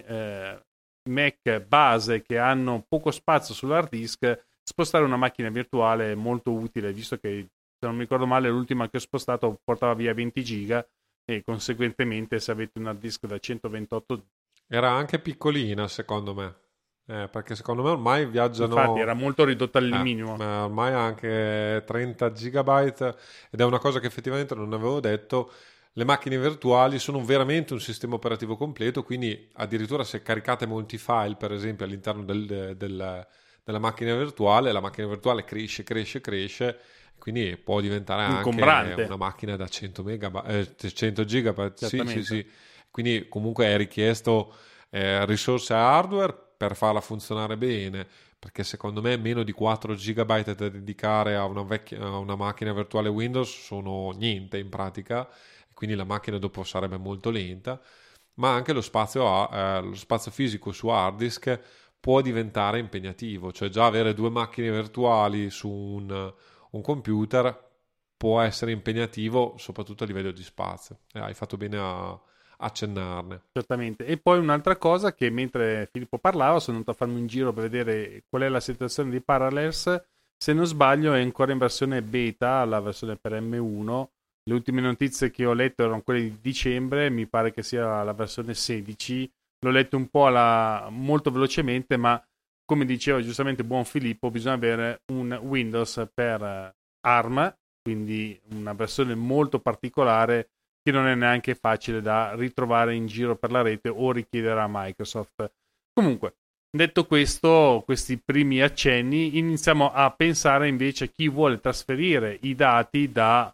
Speaker 2: Mac base che hanno poco spazio sull'hard disk, spostare una macchina virtuale è molto utile, visto che se non mi ricordo male l'ultima che ho spostato portava via 20 giga e conseguentemente se avete un hard disk da 128
Speaker 1: era anche piccolina secondo me, perché secondo me ormai viaggiano,
Speaker 2: infatti era molto ridotta al minimo.
Speaker 1: ma ormai anche 30 gigabyte, ed è una cosa che effettivamente non avevo detto. Le macchine virtuali sono veramente un sistema operativo completo, quindi addirittura se caricate molti file, per esempio, all'interno della macchina virtuale, la macchina virtuale cresce, cresce, cresce, quindi può diventare anche
Speaker 2: Ingombrante.
Speaker 1: una macchina da 100 megabyte, 100 gigabyte. Sì, sì,
Speaker 2: Certamente.
Speaker 1: sì. Quindi comunque è richiesto risorse hardware per farla funzionare bene, perché secondo me meno di 4 gigabyte da dedicare a a una macchina virtuale Windows sono niente in pratica, quindi la macchina dopo sarebbe molto lenta, ma anche lo spazio fisico su hard disk può diventare impegnativo, cioè già avere due macchine virtuali su un computer può essere impegnativo, soprattutto a livello di spazio. Hai fatto bene a accennarne.
Speaker 2: Certamente. E poi un'altra cosa che mentre Filippo parlava sono andato a farmi un giro per vedere qual è la situazione di Parallels. Se non sbaglio è ancora in versione beta, la versione per M1. Le ultime notizie che ho letto erano quelle di dicembre, mi pare che sia la versione 16. L'ho letto un po' molto velocemente, ma come diceva giustamente buon Filippo, bisogna avere un Windows per ARM, quindi una versione molto particolare che non è neanche facile da ritrovare in giro per la rete o richiedere a Microsoft. Comunque, detto questo, questi primi accenni, iniziamo a pensare invece a chi vuole trasferire i dati da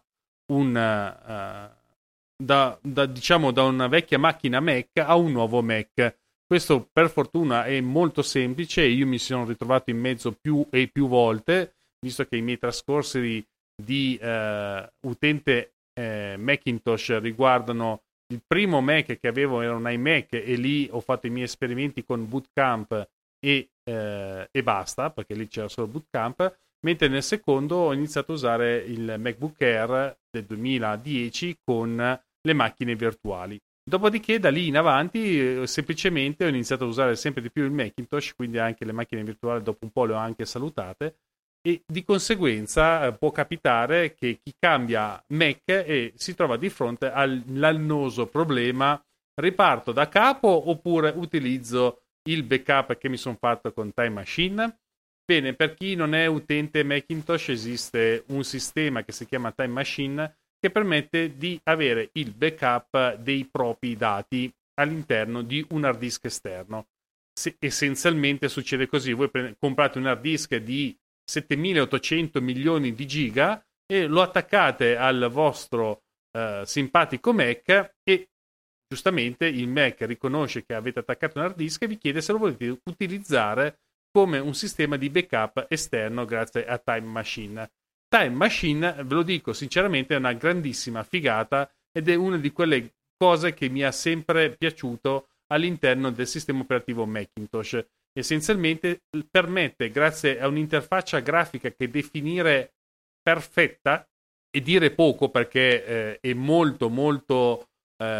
Speaker 2: diciamo da una vecchia macchina Mac a un nuovo Mac. Questo per fortuna è molto semplice, io mi sono ritrovato in mezzo più e più volte, visto che i miei trascorsi di utente Macintosh riguardano il primo Mac che avevo era un iMac e lì ho fatto i miei esperimenti con Bootcamp e basta, perché lì c'era solo Bootcamp, mentre nel secondo ho iniziato a usare il MacBook Air del 2010 con le macchine virtuali. Dopodiché da lì in avanti semplicemente ho iniziato a usare sempre di più il Macintosh, quindi anche le macchine virtuali dopo un po' le ho anche salutate e di conseguenza può capitare che chi cambia Mac si trova di fronte all'annoso problema: riparto da capo oppure utilizzo il backup che mi sono fatto con Time Machine? Bene, per chi non è utente Macintosh esiste un sistema che si chiama Time Machine che permette di avere il backup dei propri dati all'interno di un hard disk esterno. Essenzialmente succede così: voi comprate un hard disk di 7800 milioni di giga e lo attaccate al vostro simpatico Mac e giustamente il Mac riconosce che avete attaccato un hard disk e vi chiede se lo volete utilizzare come un sistema di backup esterno grazie a Time Machine. Time Machine, ve lo dico sinceramente, è una grandissima figata ed è una di quelle cose che mi ha sempre piaciuto all'interno del sistema operativo Macintosh. Essenzialmente permette, grazie a un'interfaccia grafica che definire perfetta e dire poco, perché è molto molto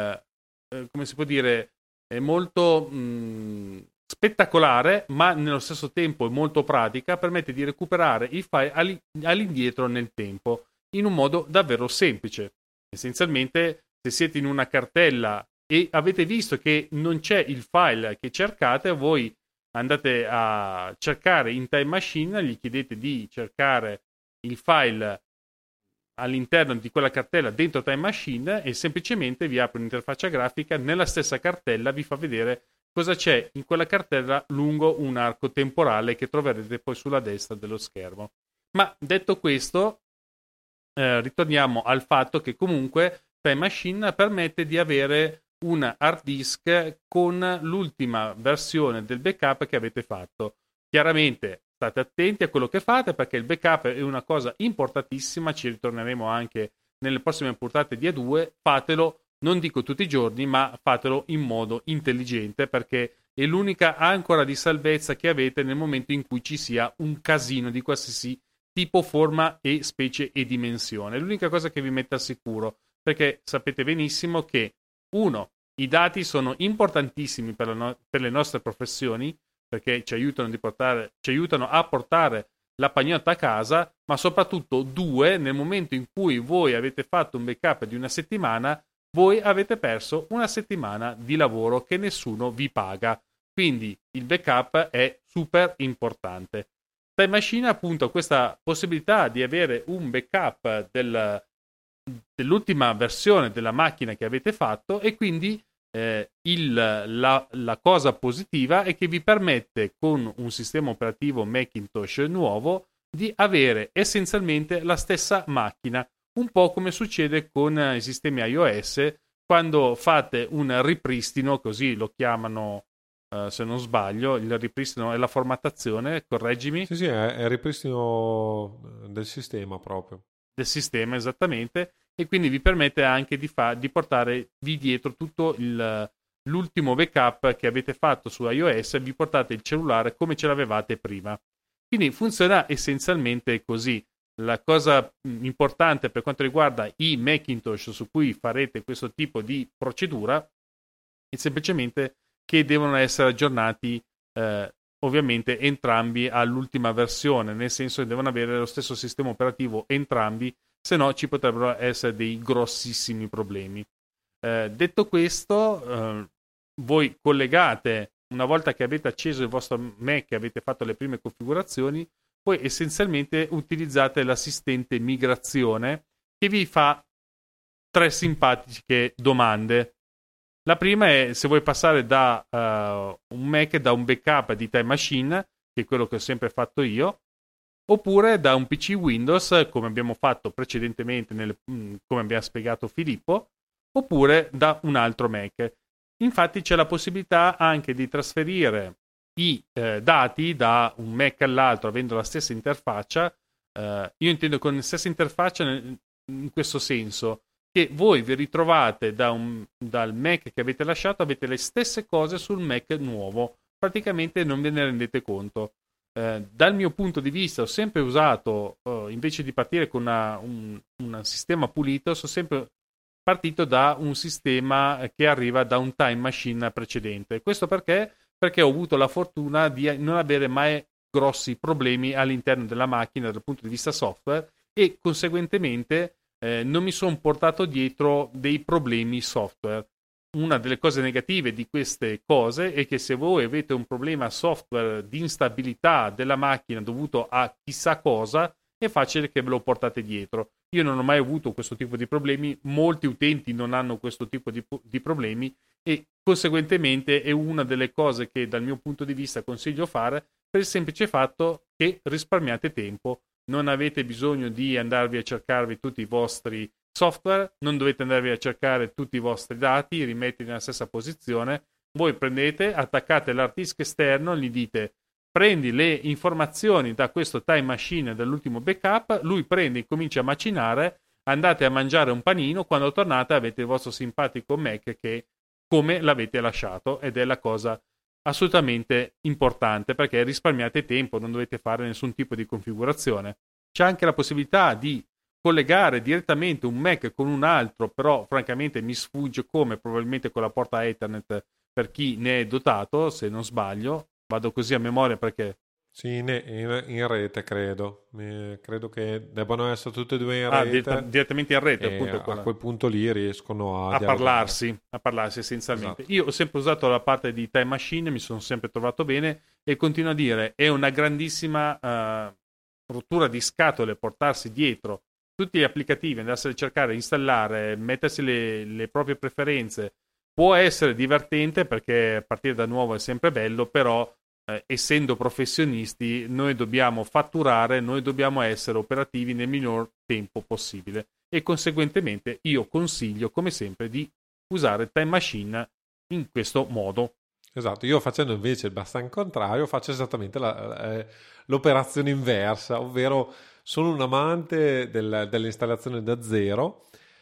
Speaker 2: come si può dire, è molto spettacolare, ma nello stesso tempo è molto pratica, permette di recuperare i file all'indietro nel tempo in un modo davvero semplice. Essenzialmente, se siete in una cartella e avete visto che non c'è il file che cercate, voi andate a cercare in Time Machine, gli chiedete di cercare il file all'interno di quella cartella dentro Time Machine e semplicemente vi apre un'interfaccia grafica, nella stessa cartella vi fa vedere cosa c'è in quella cartella lungo un arco temporale che troverete poi sulla destra dello schermo. Ma detto questo, ritorniamo al fatto che comunque Time Machine permette di avere un hard disk con l'ultima versione del backup che avete fatto. Chiaramente state attenti a quello che fate, perché il backup è una cosa importantissima, ci ritorneremo anche nelle prossime puntate di A2. Fatelo, non dico tutti i giorni, ma fatelo in modo intelligente, perché è l'unica ancora di salvezza che avete nel momento in cui ci sia un casino di qualsiasi tipo, forma e specie e dimensione. È l'unica cosa che vi mette al sicuro, perché sapete benissimo che, uno, i dati sono importantissimi per le nostre professioni, perché ci aiutano a portare la pagnotta a casa, ma soprattutto, due, nel momento in cui voi avete fatto un backup di una settimana, voi avete perso una settimana di lavoro che nessuno vi paga. Quindi il backup è super importante. Time Machine appunto ha questa possibilità di avere un backup dell'ultima versione della macchina che avete fatto, e quindi la cosa positiva è che vi permette, con un sistema operativo Macintosh nuovo, di avere essenzialmente la stessa macchina, un po' come succede con i sistemi iOS quando fate un ripristino, così lo chiamano, se non sbaglio, il ripristino è la formattazione, correggimi.
Speaker 1: Sì, è il ripristino del sistema proprio.
Speaker 2: Del sistema, esattamente, e quindi vi permette anche di portarvi dietro tutto l'ultimo backup che avete fatto su iOS, e vi portate il cellulare come ce l'avevate prima. Quindi funziona essenzialmente così. La cosa importante per quanto riguarda i Macintosh su cui farete questo tipo di procedura è semplicemente che devono essere aggiornati ovviamente entrambi all'ultima versione, nel senso che devono avere lo stesso sistema operativo entrambi, se no ci potrebbero essere dei grossissimi problemi. Detto questo, voi collegate, una volta che avete acceso il vostro Mac e avete fatto le prime configurazioni, poi essenzialmente utilizzate l'assistente migrazione che vi fa 3 simpatiche domande. La prima è se vuoi passare da un Mac, da un backup di Time Machine, che è quello che ho sempre fatto io, oppure da un PC Windows, come abbiamo fatto precedentemente, come abbiamo spiegato Filippo, oppure da un altro Mac. Infatti c'è la possibilità anche di trasferire i dati da un Mac all'altro avendo la stessa interfaccia. Io intendo con la stessa interfaccia in questo senso, che voi vi ritrovate dal Mac che avete lasciato, avete le stesse cose sul Mac nuovo, praticamente non ve ne rendete conto. Dal mio punto di vista ho sempre usato, invece di partire con un sistema pulito, sono sempre partito da un sistema che arriva da un Time Machine precedente. Questo perché ho avuto la fortuna di non avere mai grossi problemi all'interno della macchina dal punto di vista software, e conseguentemente non mi sono portato dietro dei problemi software. Una delle cose negative di queste cose è che se voi avete un problema software di instabilità della macchina dovuto a chissà cosa, è facile che ve lo portate dietro. Io non ho mai avuto questo tipo di problemi, molti utenti non hanno questo tipo di problemi, e conseguentemente è una delle cose che dal mio punto di vista consiglio fare, per il semplice fatto che risparmiate tempo. Non avete bisogno di andarvi a cercarvi tutti i vostri software, non dovete andarvi a cercare tutti i vostri dati, rimetterli nella stessa posizione. Voi prendete, attaccate l'hard disk esterno, gli dite prendi le informazioni da questo Time Machine dell'ultimo backup, lui prende e comincia a macinare, andate a mangiare un panino, quando tornate avete il vostro simpatico Mac che come l'avete lasciato, ed è la cosa assolutamente importante, perché risparmiate tempo, non dovete fare nessun tipo di configurazione. C'è anche la possibilità di collegare direttamente un Mac con un altro, però francamente mi sfugge come, probabilmente con la porta Ethernet per chi ne è dotato, se non sbaglio. Vado così a memoria perché...
Speaker 1: Sì, in rete credo. Credo che debbano essere tutte e due in rete.
Speaker 2: Direttamente in rete,
Speaker 1: e
Speaker 2: appunto.
Speaker 1: A quel punto lì riescono
Speaker 2: a parlarsi essenzialmente. Esatto. Io ho sempre usato la parte di Time Machine, mi sono sempre trovato bene e continuo a dire, è una grandissima rottura di scatole portarsi dietro tutti gli applicativi, andarseli a cercare, installare, mettersi le proprie preferenze. Può essere divertente perché partire da nuovo è sempre bello, però essendo professionisti noi dobbiamo fatturare, noi dobbiamo essere operativi nel minor tempo possibile e conseguentemente io consiglio come sempre di usare Time Machine in questo modo.
Speaker 1: Esatto, io facendo invece il bastante contrario faccio esattamente l'operazione inversa, ovvero sono un amante dell'installazione da zero.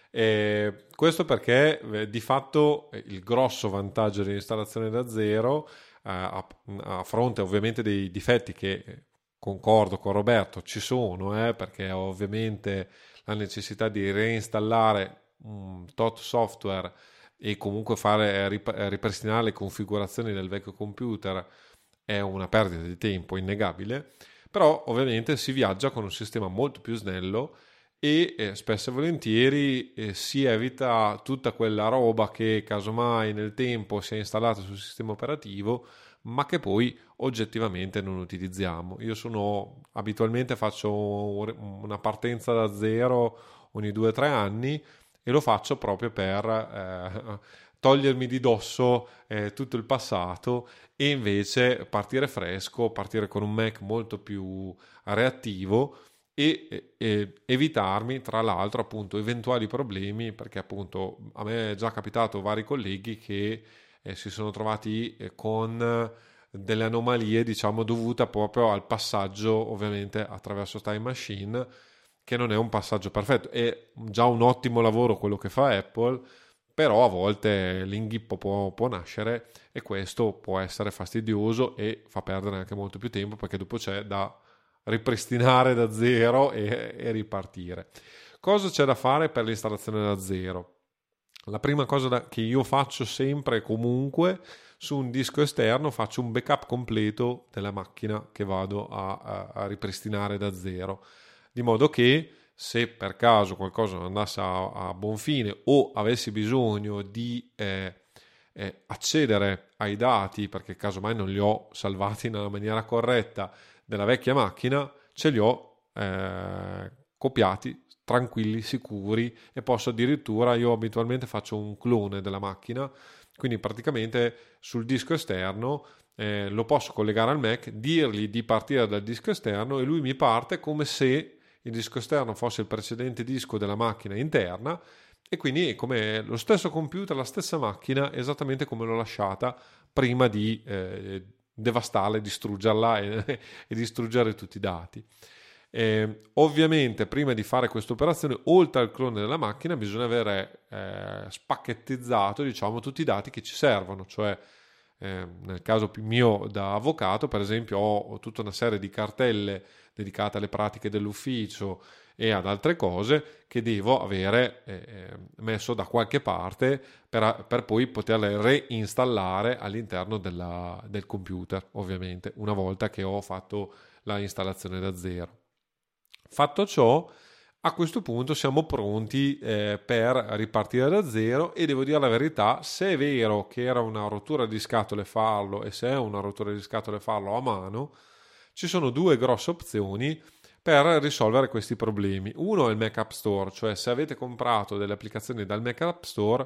Speaker 1: Questo perché di fatto il grosso vantaggio dell'installazione da zero, a fronte ovviamente dei difetti che concordo con Roberto ci sono, perché ovviamente la necessità di reinstallare un tot software e comunque fare ripristinare le configurazioni del vecchio computer è una perdita di tempo innegabile, però ovviamente si viaggia con un sistema molto più snello e spesso e volentieri si evita tutta quella roba che casomai nel tempo si è installata sul sistema operativo ma che poi oggettivamente non utilizziamo. Io abitualmente faccio una partenza da zero ogni 2 o 3 anni e lo faccio proprio per togliermi di dosso tutto il passato e invece partire fresco, partire con un Mac molto più reattivo e evitarmi tra l'altro appunto eventuali problemi, perché appunto a me è già capitato vari colleghi che si sono trovati con delle anomalie diciamo dovute proprio al passaggio ovviamente attraverso Time Machine, che non è un passaggio perfetto, è già un ottimo lavoro quello che fa Apple, però a volte l'inghippo può nascere e questo può essere fastidioso e fa perdere anche molto più tempo, perché dopo c'è da ripristinare da zero e ripartire. Cosa c'è da fare per l'installazione da zero? La prima cosa che io faccio sempre e comunque, su un disco esterno faccio un backup completo della macchina che vado a ripristinare da zero, di modo che se per caso qualcosa non andasse a buon fine o avessi bisogno di accedere ai dati, perché casomai non li ho salvati nella maniera corretta della vecchia macchina, ce li ho copiati tranquilli, sicuri, e posso addirittura, io abitualmente faccio un clone della macchina, quindi praticamente sul disco esterno lo posso collegare al Mac, dirgli di partire dal disco esterno e lui mi parte come se il disco esterno fosse il precedente disco della macchina interna, e quindi è come lo stesso computer, la stessa macchina, esattamente come l'ho lasciata prima di devastarla, distruggerla e distruggere tutti i dati. Ovviamente prima di fare questa operazione, oltre al clone della macchina, bisogna avere spacchettizzato diciamo tutti i dati che ci servono, cioè nel caso mio da avvocato per esempio ho tutta una serie di cartelle dedicate alle pratiche dell'ufficio e ad altre cose che devo avere messo da qualche parte per poi poterle reinstallare all'interno del computer, ovviamente una volta che ho fatto la installazione da zero. Fatto ciò, a questo punto siamo pronti per ripartire da zero, e devo dire la verità, se è vero che era una rottura di scatole farlo e se è una rottura di scatole farlo a mano, ci sono due grosse opzioni per risolvere questi problemi. Uno è il Mac App Store, cioè se avete comprato delle applicazioni dal Mac App Store,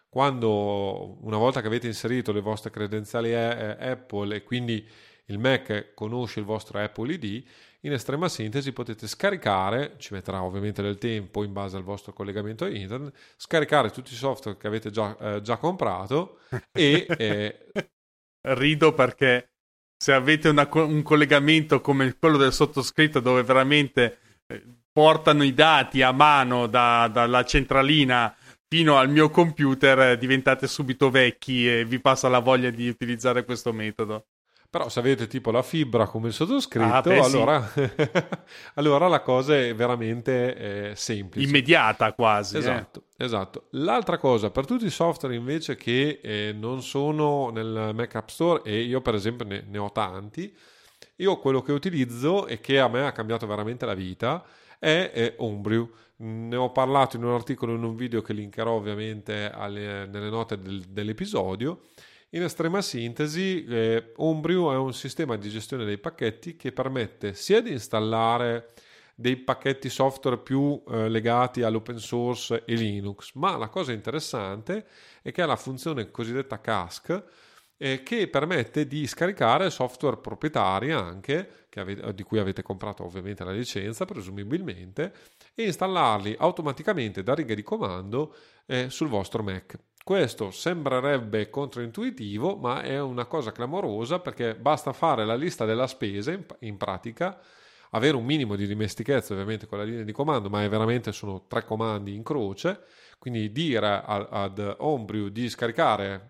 Speaker 1: una volta che avete inserito le vostre credenziali Apple e quindi il Mac conosce il vostro Apple ID, in estrema sintesi potete scaricare, ci metterà ovviamente del tempo in base al vostro collegamento a internet, scaricare tutti i software che avete già comprato e
Speaker 2: rido perché se avete un collegamento come quello del sottoscritto, dove veramente portano i dati a mano dalla centralina fino al mio computer, diventate subito vecchi e vi passa la voglia di utilizzare questo metodo.
Speaker 1: Però se avete tipo la fibra come il sottoscritto, allora, sì. Allora la cosa è veramente semplice.
Speaker 2: Immediata quasi.
Speaker 1: Esatto. L'altra cosa, per tutti i software invece che non sono nel Mac App Store, e io per esempio ne ho tanti, io quello che utilizzo e che a me ha cambiato veramente la vita è Homebrew. Ne ho parlato in un articolo, in un video che linkerò ovviamente nelle note dell'episodio. In estrema sintesi, Homebrew è un sistema di gestione dei pacchetti che permette sia di installare dei pacchetti software più legati all'open source e Linux, ma la cosa interessante è che ha la funzione cosiddetta cache, che permette di scaricare software proprietari anche, di cui avete comprato ovviamente la licenza presumibilmente, e installarli automaticamente da riga di comando sul vostro Mac. Questo sembrerebbe controintuitivo, ma è una cosa clamorosa, perché basta fare la lista della spesa in pratica, avere un minimo di dimestichezza ovviamente con la linea di comando, ma sono 3 comandi in croce, quindi dire ad Homebrew di scaricare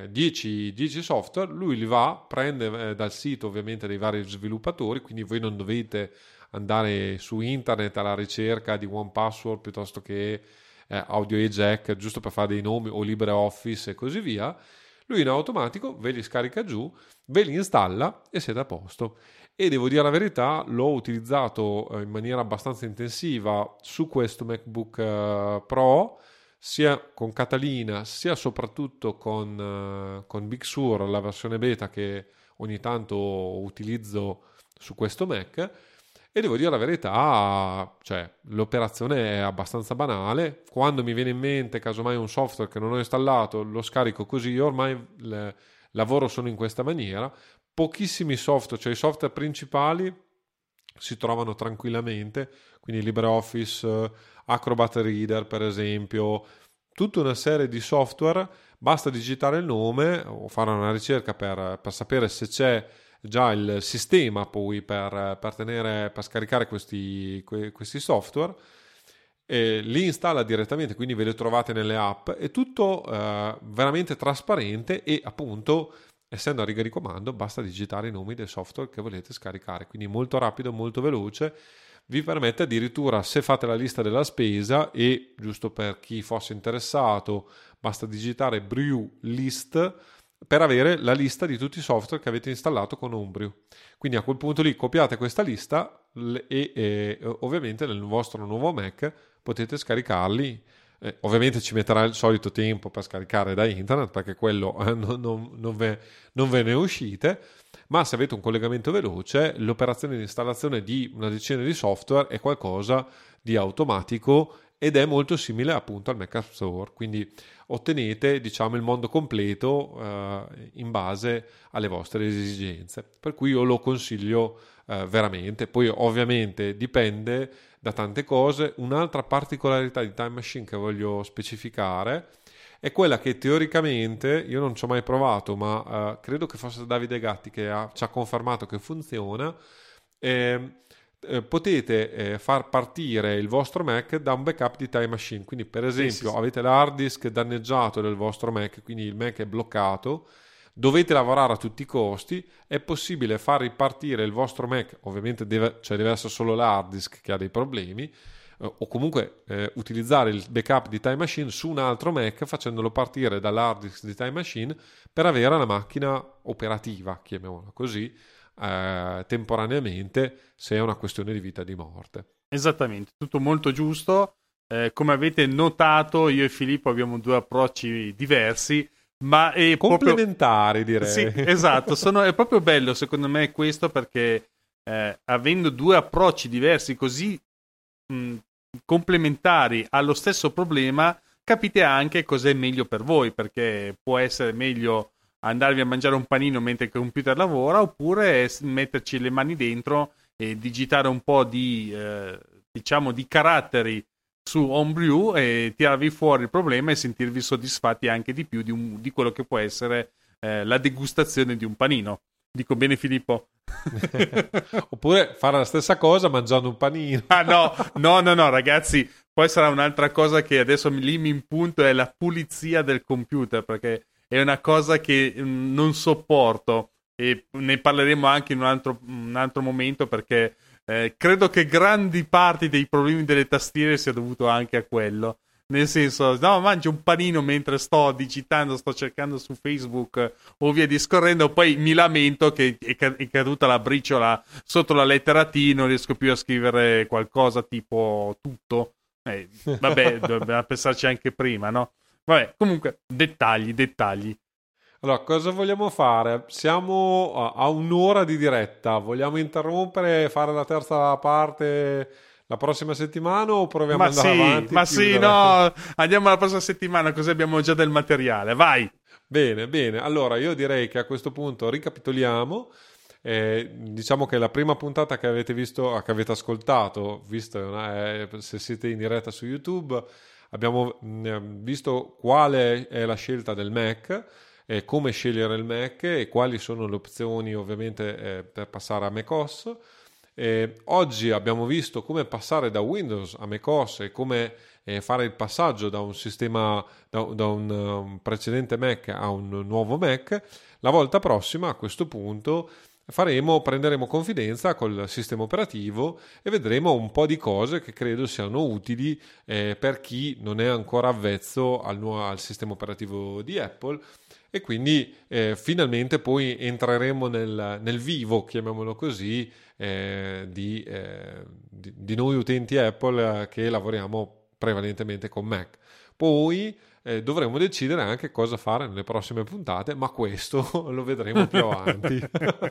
Speaker 1: 10 software, lui li va, prende dal sito ovviamente dei vari sviluppatori, quindi voi non dovete andare su internet alla ricerca di OnePassword piuttosto che Audio Jack, giusto per fare dei nomi, o LibreOffice e così via. Lui in automatico ve li scarica giù, ve li installa e siete a posto. E devo dire la verità, l'ho utilizzato in maniera abbastanza intensiva su questo MacBook Pro, sia con Catalina sia soprattutto con Big Sur, la versione beta che ogni tanto utilizzo su questo Mac. E devo dire la verità, cioè l'operazione è abbastanza banale. Quando mi viene in mente casomai un software che non ho installato, lo scarico così. Io ormai lavoro solo in questa maniera. Pochissimi software, cioè i software principali si trovano tranquillamente, quindi LibreOffice, Acrobat Reader per esempio, tutta una serie di software. Basta digitare il nome o fare una ricerca per sapere se c'è già il sistema poi per scaricare questi software, li installa direttamente, quindi ve li trovate nelle app. È tutto veramente trasparente e appunto, essendo a riga di comando, basta digitare i nomi del software che volete scaricare, quindi molto rapido, molto veloce. Vi permette addirittura, se fate la lista della spesa, e giusto per chi fosse interessato basta digitare brew list per avere la lista di tutti i software che avete installato con Homebrew. Quindi a quel punto lì copiate questa lista e ovviamente nel vostro nuovo Mac potete scaricarli. Ovviamente ci metterà il solito tempo per scaricare da internet, perché quello non ve ne uscite, ma se avete un collegamento veloce, l'operazione di installazione di una decina di software è qualcosa di automatico ed è molto simile appunto al Mac App Store, quindi ottenete, diciamo, il mondo completo in base alle vostre esigenze, per cui io lo consiglio veramente. Poi ovviamente dipende da tante cose. Un'altra particolarità di Time Machine che voglio specificare è quella che teoricamente io non ci ho mai provato, ma credo che fosse Davide Gatti che ci ha confermato che funziona. Potete far partire il vostro Mac da un backup di Time Machine. Quindi per esempio avete l'hard disk danneggiato del vostro Mac, quindi il Mac è bloccato, dovete lavorare a tutti i costi, è possibile far ripartire il vostro Mac. Ovviamente deve essere solo l'hard disk che ha dei problemi, o comunque utilizzare il backup di Time Machine su un altro Mac, facendolo partire dall'hard disk di Time Machine per avere la macchina operativa, chiamiamola così, temporaneamente, se è una questione di vita e di morte.
Speaker 2: Esattamente, tutto molto giusto. Come avete notato, io e Filippo abbiamo 2 approcci diversi, ma è
Speaker 1: complementari, direi.
Speaker 2: Sì, esatto, è proprio bello secondo me questo, perché avendo 2 approcci diversi così complementari allo stesso problema, capite anche cos'è meglio per voi, perché può essere meglio andarvi a mangiare un panino mentre il computer lavora, oppure metterci le mani dentro e digitare un po' di caratteri su Homebrew e tirarvi fuori il problema e sentirvi soddisfatti anche di più di quello che può essere la degustazione di un panino. Dico bene, Filippo?
Speaker 1: Oppure fare la stessa cosa mangiando un panino.
Speaker 2: No, ragazzi, poi sarà un'altra cosa che adesso lì mi impunto, è la pulizia del computer, perché è una cosa che non sopporto, e ne parleremo anche in un altro momento, perché credo che grandi parti dei problemi delle tastiere sia dovuto anche a quello. Nel senso, no, mangio un panino mentre sto digitando, sto cercando su Facebook o via discorrendo, poi mi lamento che è caduta la briciola sotto la lettera T, non riesco più a scrivere qualcosa tipo tutto. Vabbè, dobbiamo pensarci anche prima, no? Vabbè, comunque, dettagli.
Speaker 1: Allora, cosa vogliamo fare? Siamo a un'ora di diretta. Vogliamo interrompere e fare la terza parte la prossima settimana o proviamo ad andare avanti?
Speaker 2: Ma sì, no, andiamo alla prossima settimana, così abbiamo già del materiale. Vai!
Speaker 1: Bene. Allora, io direi che a questo punto ricapitoliamo. Diciamo che la prima puntata che avete visto, che avete ascoltato, visto se siete in diretta su YouTube, abbiamo visto quale è la scelta del Mac, come scegliere il Mac e quali sono le opzioni ovviamente per passare a macOS. Oggi abbiamo visto come passare da Windows a macOS e come fare il passaggio da un sistema, da un precedente Mac a un nuovo Mac. La volta prossima, a questo punto, prenderemo confidenza col sistema operativo e vedremo un po' di cose che credo siano utili per chi non è ancora avvezzo al sistema operativo di Apple. E quindi finalmente poi entreremo nel vivo, chiamiamolo così, di noi utenti Apple che lavoriamo prevalentemente con Mac. Poi dovremo decidere anche cosa fare nelle prossime puntate, ma questo lo vedremo più avanti.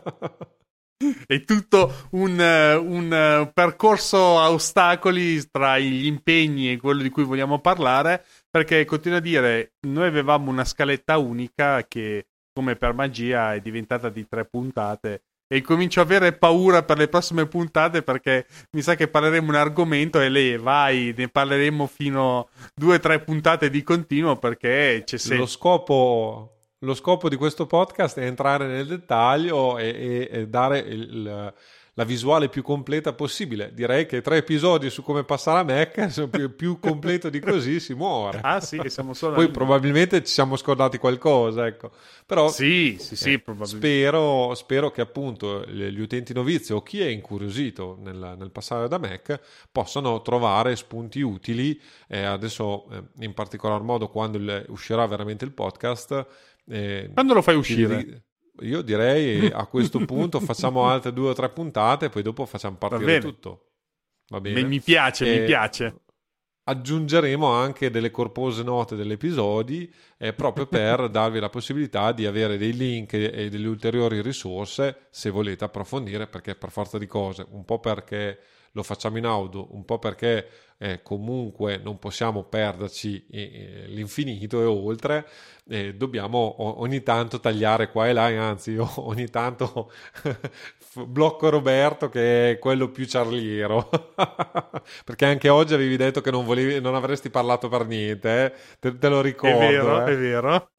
Speaker 2: È tutto un percorso a ostacoli tra gli impegni e quello di cui vogliamo parlare, perché continuo a dire, noi avevamo una scaletta unica che, come per magia, è diventata di 3 puntate, e comincio a avere paura per le prossime puntate, perché mi sa che parleremo un argomento e lei ne parleremo fino a 2-3 puntate di continuo, perché c'è sempre...
Speaker 1: Lo scopo di questo podcast è entrare nel dettaglio e dare la visuale più completa possibile. Direi che 3 episodi su come passare a Mac, più completo di così si muore.
Speaker 2: Ah sì, siamo solo
Speaker 1: Poi probabilmente ci siamo scordati qualcosa, ecco. Però
Speaker 2: sì,
Speaker 1: probabilmente. Spero che appunto gli utenti novizi o chi è incuriosito nel passare da Mac possano trovare spunti utili. Adesso in particolar modo quando uscirà veramente il podcast.
Speaker 2: Quando lo fai uscire?
Speaker 1: Io direi a questo punto facciamo altre 2 o 3 puntate, poi dopo facciamo partire tutto. Va bene?
Speaker 2: Mi piace.
Speaker 1: Aggiungeremo anche delle corpose note degli episodi proprio per darvi la possibilità di avere dei link e delle ulteriori risorse se volete approfondire, perché per forza di cose, un po' perché lo facciamo in audio, un po' perché comunque non possiamo perderci l'infinito e oltre, dobbiamo ogni tanto tagliare qua e là, anzi io ogni tanto blocco Roberto che è quello più ciarliero perché anche oggi avevi detto che non avresti parlato per niente, te lo ricordo.
Speaker 2: È vero.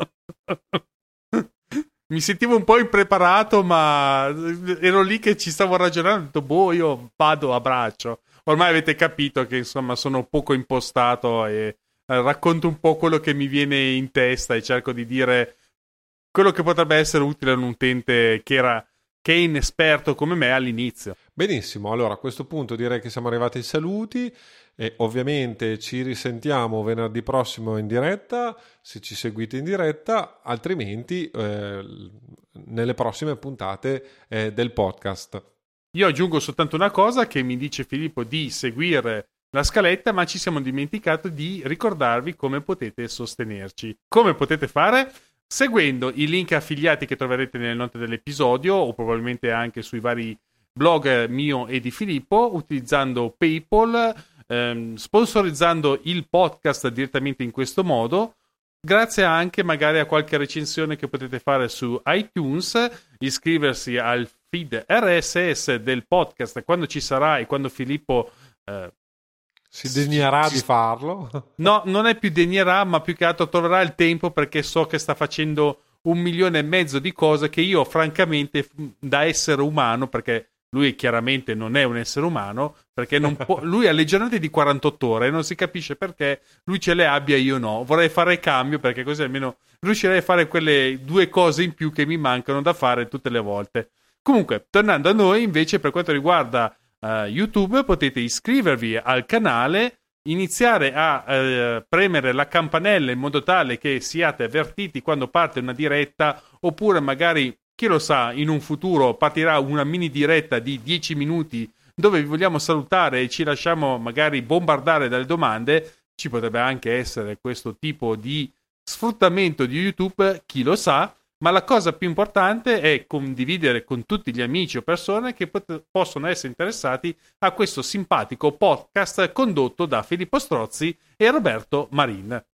Speaker 2: Mi sentivo un po' impreparato, ma ero lì che ci stavo ragionando, ho detto, io vado a braccio. Ormai avete capito che insomma sono poco impostato e racconto un po' quello che mi viene in testa e cerco di dire quello che potrebbe essere utile a un utente che è inesperto come me all'inizio.
Speaker 1: Benissimo, allora a questo punto direi che siamo arrivati ai saluti e ovviamente ci risentiamo venerdì prossimo in diretta, se ci seguite in diretta, altrimenti nelle prossime puntate del podcast.
Speaker 2: Io aggiungo soltanto una cosa, che mi dice Filippo di seguire la scaletta, ma ci siamo dimenticati di ricordarvi come potete sostenerci. Come potete fare? Seguendo i link affiliati che troverete nelle note dell'episodio o probabilmente anche sui vari blog mio e di Filippo, utilizzando PayPal, sponsorizzando il podcast direttamente in questo modo, grazie anche magari a qualche recensione che potete fare su iTunes, iscriversi al feed RSS del podcast quando ci sarà e quando Filippo
Speaker 1: si degnerà di farlo.
Speaker 2: No, non è più degnerà, ma più che altro troverà il tempo, perché so che sta facendo 1,5 milioni di cose che io francamente da essere umano, perché lui chiaramente non è un essere umano, perché non può, lui ha le giornate di 48 ore e non si capisce perché lui ce le abbia e io no. Vorrei fare cambio perché così almeno riuscirei a fare quelle 2 cose in più che mi mancano da fare tutte le volte. Comunque, tornando a noi, invece, per quanto riguarda YouTube, potete iscrivervi al canale, iniziare a premere la campanella in modo tale che siate avvertiti quando parte una diretta, oppure magari, chi lo sa, in un futuro partirà una mini diretta di 10 minuti dove vi vogliamo salutare e ci lasciamo magari bombardare dalle domande. Ci potrebbe anche essere questo tipo di sfruttamento di YouTube, chi lo sa. Ma la cosa più importante è condividere con tutti gli amici o persone che possono essere interessati a questo simpatico podcast condotto da Filippo Strozzi e Roberto Marin.